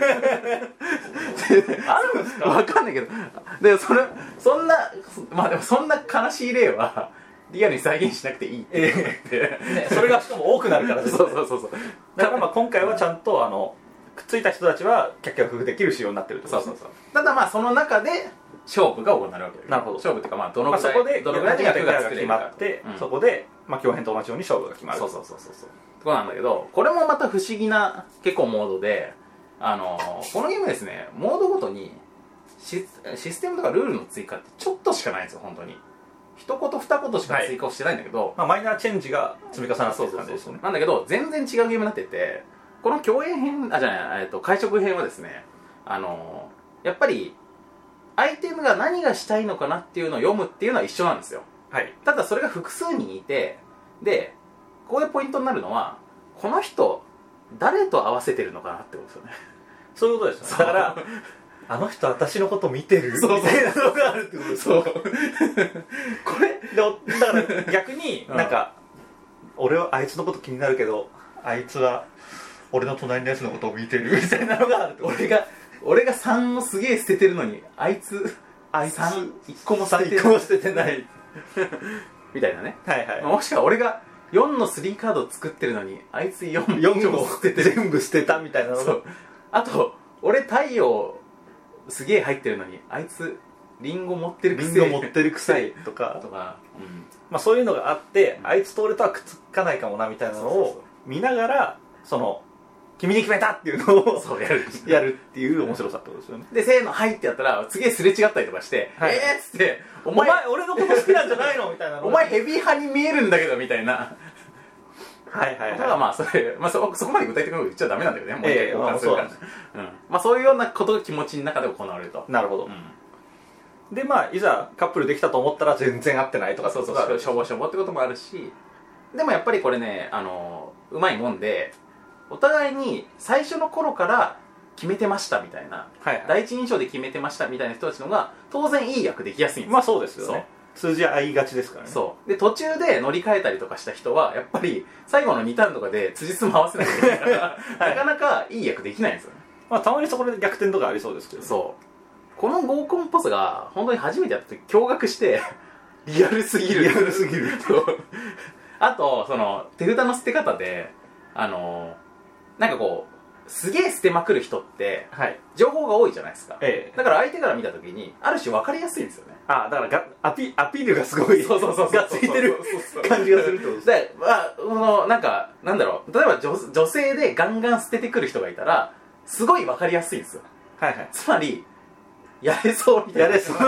あるんですか。 分かんないけど、でそんなまあでもそんな悲しい例はリアルに再現しなくていいって思ってそれがしかも多くなるからですね。 そうだからまあ今回はちゃんとくっついた人たちはキャッキャ夫婦できる仕様になってるってことですね。 そうただまあその中で勝負が行われるわけです。 なるほど。 勝負っていうかまあどのぐらいそこでどのぐらいで役が決まって、そこでまあ共演と同じように勝負が決まる。 そうとこなんだけど、これもまた不思議な結構モードでこのゲームですね、モードごとにシステムとかルールの追加ってちょっとしかないんですよ。本当に一言二言しか追加をしてないんだけど、 まあマイナーチェンジが積み重なっている感じですよね。 なんだけど全然違うゲームになってて、この共演編会食編はですね、やっぱり相手が何がしたいのかなっていうのを読むっていうのは一緒なんですよ。ただそれが複数人いて、でここでポイントになるのはこの人誰と合わせてるのかなってことですよね。 そういうことですよね。だからあの人私のこと見てるみたいなのがあるってことですよ。これだから逆になんか俺はあいつのこと気になるけどあいつは俺の隣のやつのことを見てるみたいなのがある。 俺が3をすげえ捨ててるのにあいつ1個も捨ててないみたいなね。もしくは俺が4の3カードを作ってるのにあいつ4個捨てて全部捨てたみたいなのが。 あと俺太陽すげえ入ってるのにあいつリンゴ持ってるくさいとかまあそういうのがあって、あいつと俺とはくっつかないかもなみたいなのを見ながら君に決めたっていうのをやるっていう面白さってことですよね。 でせーのはいってやったらすげえすれ違ったりとかしてっつってお前俺のこと好きなんじゃないのみたいなお前ヘビー派に見えるんだけどみたいなただまあそこまで具体的なこと言っちゃダメなんだよね。もう一回交換するからまあそういうようなことが気持ちの中で行われると。 なるほど。 でまあいざカップルできたと思ったら全然合ってないとか、 そうそう、しょぼしょぼってこともあるし、でもやっぱりこれね、うまいもんで、お互いに最初の頃から決めてましたみたいな、はいはい、第一印象で決めてましたみたいな人たちのが当然いい役できやすいんですよ。 まあそうですよね。通じ合いがちですからね。 そうで、途中で乗り換えたりとかした人はやっぱり最後の2ターンとかで辻褄合わせなきゃいけないからなかなかいい役できないんですよね。 まあたまにそこで逆転とかありそうですけど、 そうこの合コンポスが本当に初めてやった時驚愕してリアルすぎるあとその手札の捨て方でなんかこうすげえ捨てまくる人って、はい、情報が多いじゃないですか、だから相手から見た時にある種分かりやすいんですよね。 だからアピールがすごいがついてる感じがするってことですで、なんかなんだろう、例えば女性でガンガン捨ててくる人がいたらすごい分かりやすいんですよ。はいはい。つまりやれそうみたいな。やれそう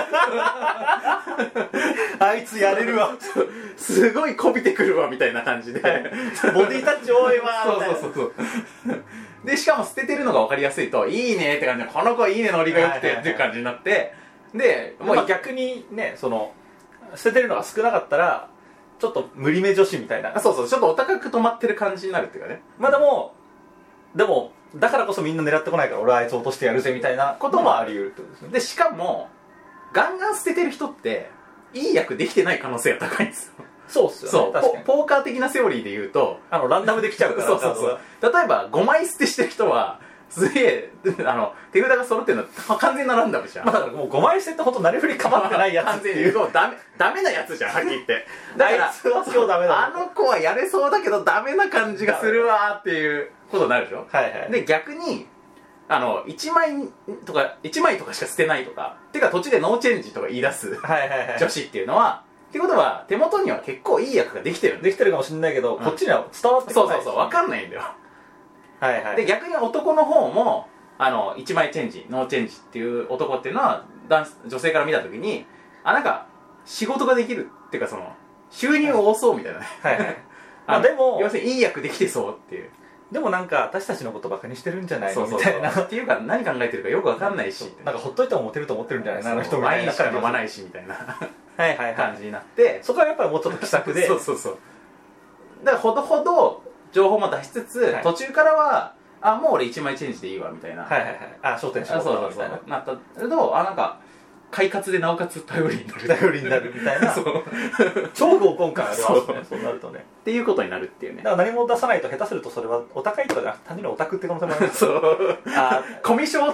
あいつやれるわすごいこびてくるわみたいな感じで、はい、 ボディタッチ多いわみたいな。 そうでしかも捨ててるのが分かりやすいといいねって感じで、この子いいねノリが良くてっていう感じになって、でもう逆にね、その捨ててるのが少なかったらちょっと無理め女子みたいな、 そうそう、ちょっとお高く止まってる感じになるっていうかね。 まあでもだからこそみんな狙ってこないから俺はあいつ落としてやるぜみたいなこともあり得るってことですね。 でしかもガンガン捨ててる人っていい役できてない可能性が高いんですよ。 そうっすよね。そう確かにポーカー的なセオリーで言うとランダムできちゃうからそう例えば5枚捨てしてる人はすげえ手札が揃ってるのは完全なランダムじゃん。 だからもう5枚捨てってほんとなりふり構ってないやつっていうダメなやつじゃんはっきり言ってだからあいつは今日ダメだ、 あの子はやれそうだけどダメな感じがするわっていうことになるでしょ。はいはい。で逆に1枚とかしか捨てないとかてか途中でノーチェンジとか言い出す女子っていうのはってことは手元には結構いい役ができてるかもしれないけど、こっちには伝わってこない。 そう分かんないんだよ。 はいはい。 で逆に男の方も1枚チェンジノーチェンジっていう男っていうのは女性から見た時になんか仕事ができるっていうかその収入多そうみたいなね。はいはい。でも要するにいい役できてそうっていう。 でもなんか私たちのことバカにしてるんじゃないのみたいなっていうか何考えてるかよく分かんないし、 なんかほっといてもモテると思ってるんじゃないのあの人みたいな。 ワインしか飲まないしみたいな感じになって、 そこはやっぱりもうちょっと気さくでそうだからほどほど情報も出しつつ、途中からはもう俺1枚チェンジでいいわみたいな、 焦点しようみたいななったけどなんか快活でなおかつ頼りになるみたいな超合コン感ありますね。そうなるとねっていうことになるっていうね。 だから何も出さないと下手するとそれはお高いとかじゃなくて単純にオタクって可能性もあります。 そうコミュ障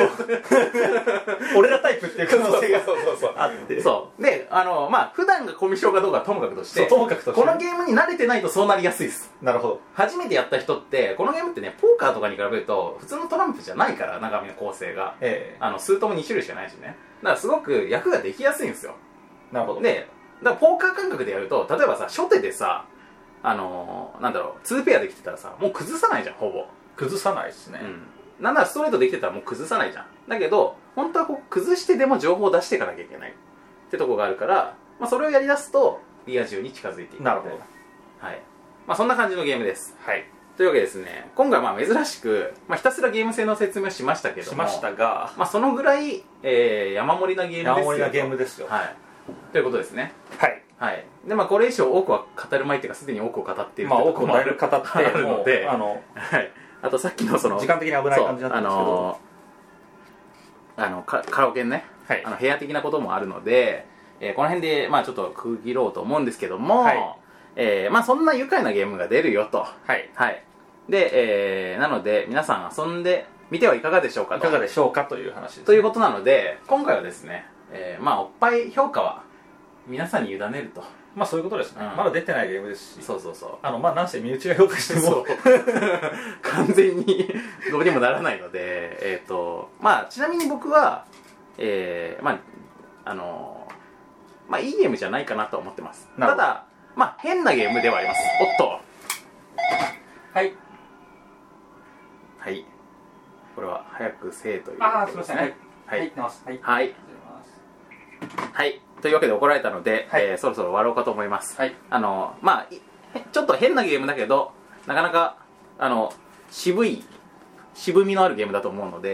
俺らタイプっていう可能性があって、 そうでまあ普段がコミュ障かどうかはともかくとしてこのゲームに慣れてないとそうなりやすいです。 なるほど。 初めてやった人ってこのゲームってねポーカーとかに比べると普通のトランプじゃないから中身の構成が、数とも2種類しかないしね。だからすごく役ができやすいんですよ。 なるほど。 でだからポーカー感覚でやると例えばさ初手でさなんだろう2ペアできてたらさもう崩さないじゃん。ほぼ崩さないですね。 なんならストレートできてたらもう崩さないじゃん。だけど本当はこう崩してでも情報を出していかなきゃいけないってとこがあるから、まあ、それをやりだすとリア充に近づいていく。 なるほど。 はい。まあそんな感じのゲームです。 はい。 というわけですね、今回はまあ珍しく、ひたすらゲーム性の説明をしましたけども、そのぐらい、山盛りなゲームですよ。 山盛りなゲームですよ。 はい。ということですね。 はい。 はい。でこれ以上多くは語るまいっていうかすでに多くを語っている多くをだいぶ語ってあるので、はい。あとさっきのその時間的に危ない感じになってますけど、 カラオケのね、部屋的なこともあるので、この辺でちょっと区切ろうと思うんですけども、そんな愉快なゲームが出るよと。はい。で、なので皆さん遊んでみてはいかがでしょうかと。 いかがでしょうかという話です、ね。 ということなので、今回はですね、おっぱい評価は皆さんに委ねると。 そういうことですね。まだ出てないゲームですし。 そう。 なんせ身内が評価しても完全にどうにもならないので、ちなみに僕は、いいゲームじゃないかなと思ってます。ただ、変なゲームではあります。おっと。はい。これは早くせえということですね。 はい。 はい。というわけで怒られたので、そろそろ終わろうかと思います。はい。ちょっと変なゲームだけど、なかなか渋みのあるゲームだと思うので、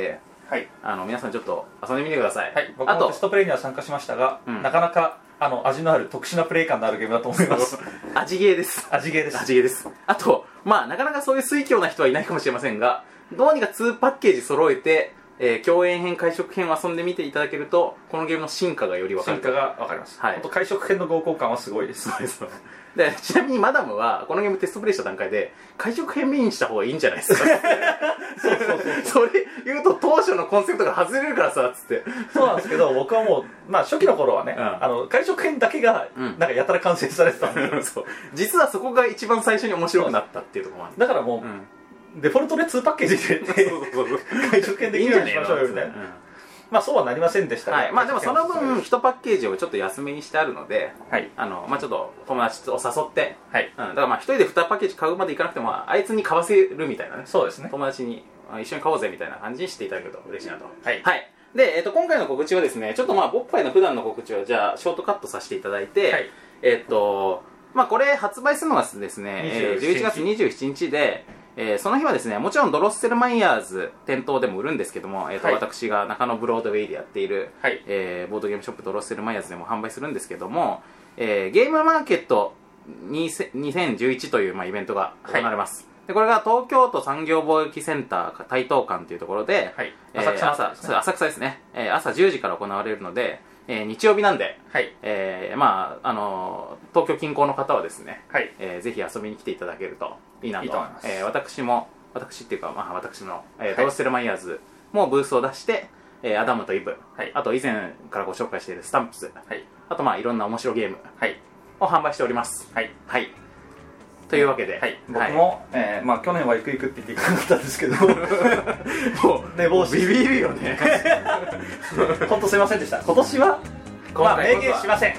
はい、 皆さんちょっと遊んでみてください。 はい、僕もテストプレイには参加しましたが、なかなか味のある特殊なプレイ感のあるゲームだと思います。 味ゲーです。 味ゲーです。 味ゲーです。あとまあなかなかそういう水強な人はいないかもしれませんが、どうにか2パッケージ揃えて、共演編会食編を遊んでみていただけると、このゲームの進化がより分かる。 進化が分かります。はい、本当会食編の合コン感はすごいです。 そうですで、ちなみにマダムはこのゲームテストプレイした段階で会食編メインにした方がいいんじゃないですか。それ言うと当初のコンセプトが外れるからさっつって。 そうなんですけど、僕はもう、まあ、初期の頃はね、会食編だけがなんかやたら完成されてたんで、 そう実はそこが一番最初に面白くなったっていうところもある。 だからもう、デフォルトで2パッケージ入れて会食編できるようにしましょうよみたいな。まあそうはなりませんでしたが、まあでもその分1パッケージをちょっと安めにしてあるので、まあちょっと友達を誘って、だからまあ1人で2パッケージ買うまでいかなくても、あいつに買わせるみたいなね、 そうですね、 友達に一緒に買おうぜみたいな感じにしていただけると嬉しいなと。はい、で、今回の告知はですね、ちょっとまあボッパイの普段の告知はじゃあショートカットさせていただいて、まあこれ発売するのがですね、11月27日で、その日はですね、もちろんドロッセルマイヤーズ店頭でも売るんですけども、私が中野ブロードウェイでやっている、ボードゲームショップドロッセルマイヤーズでも販売するんですけども、ゲームマーケット2011という、まあ、イベントが行われます。でこれが東京都産業貿易センター台東館というところで、浅草ですね、朝10時から行われるので、日曜日なんで、まあ東京近郊の方はですね、ぜひ遊びに来ていただけるといいなと。私っていうか、まあ、私の、ドロッセルマイヤーズもブースを出して、アダムとイブ、あと以前からご紹介しているスタンプス、あとまあいろんな面白ゲームを販売しております。というわけで、 僕も、まあ去年は行く行くって言って行かなかったんですけどもう寝坊しビビるよね。 本当すいませんでした。今年はまあ明言しません。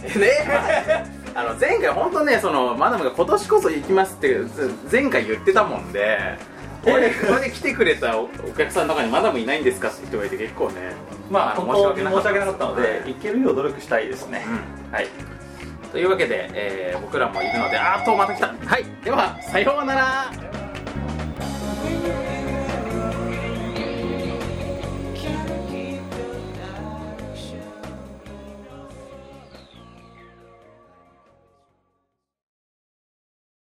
前回本当ね、マダムが今年こそ行きますって前回言ってたもんで、これで来てくれたお客さんの中にマダムいないんですかって人がいて、結構ね、 まあ本当に申し訳なかったので、行けるよう努力したいですね。 というわけで、僕らもいるので、あーっとまた来た。ではさようなら。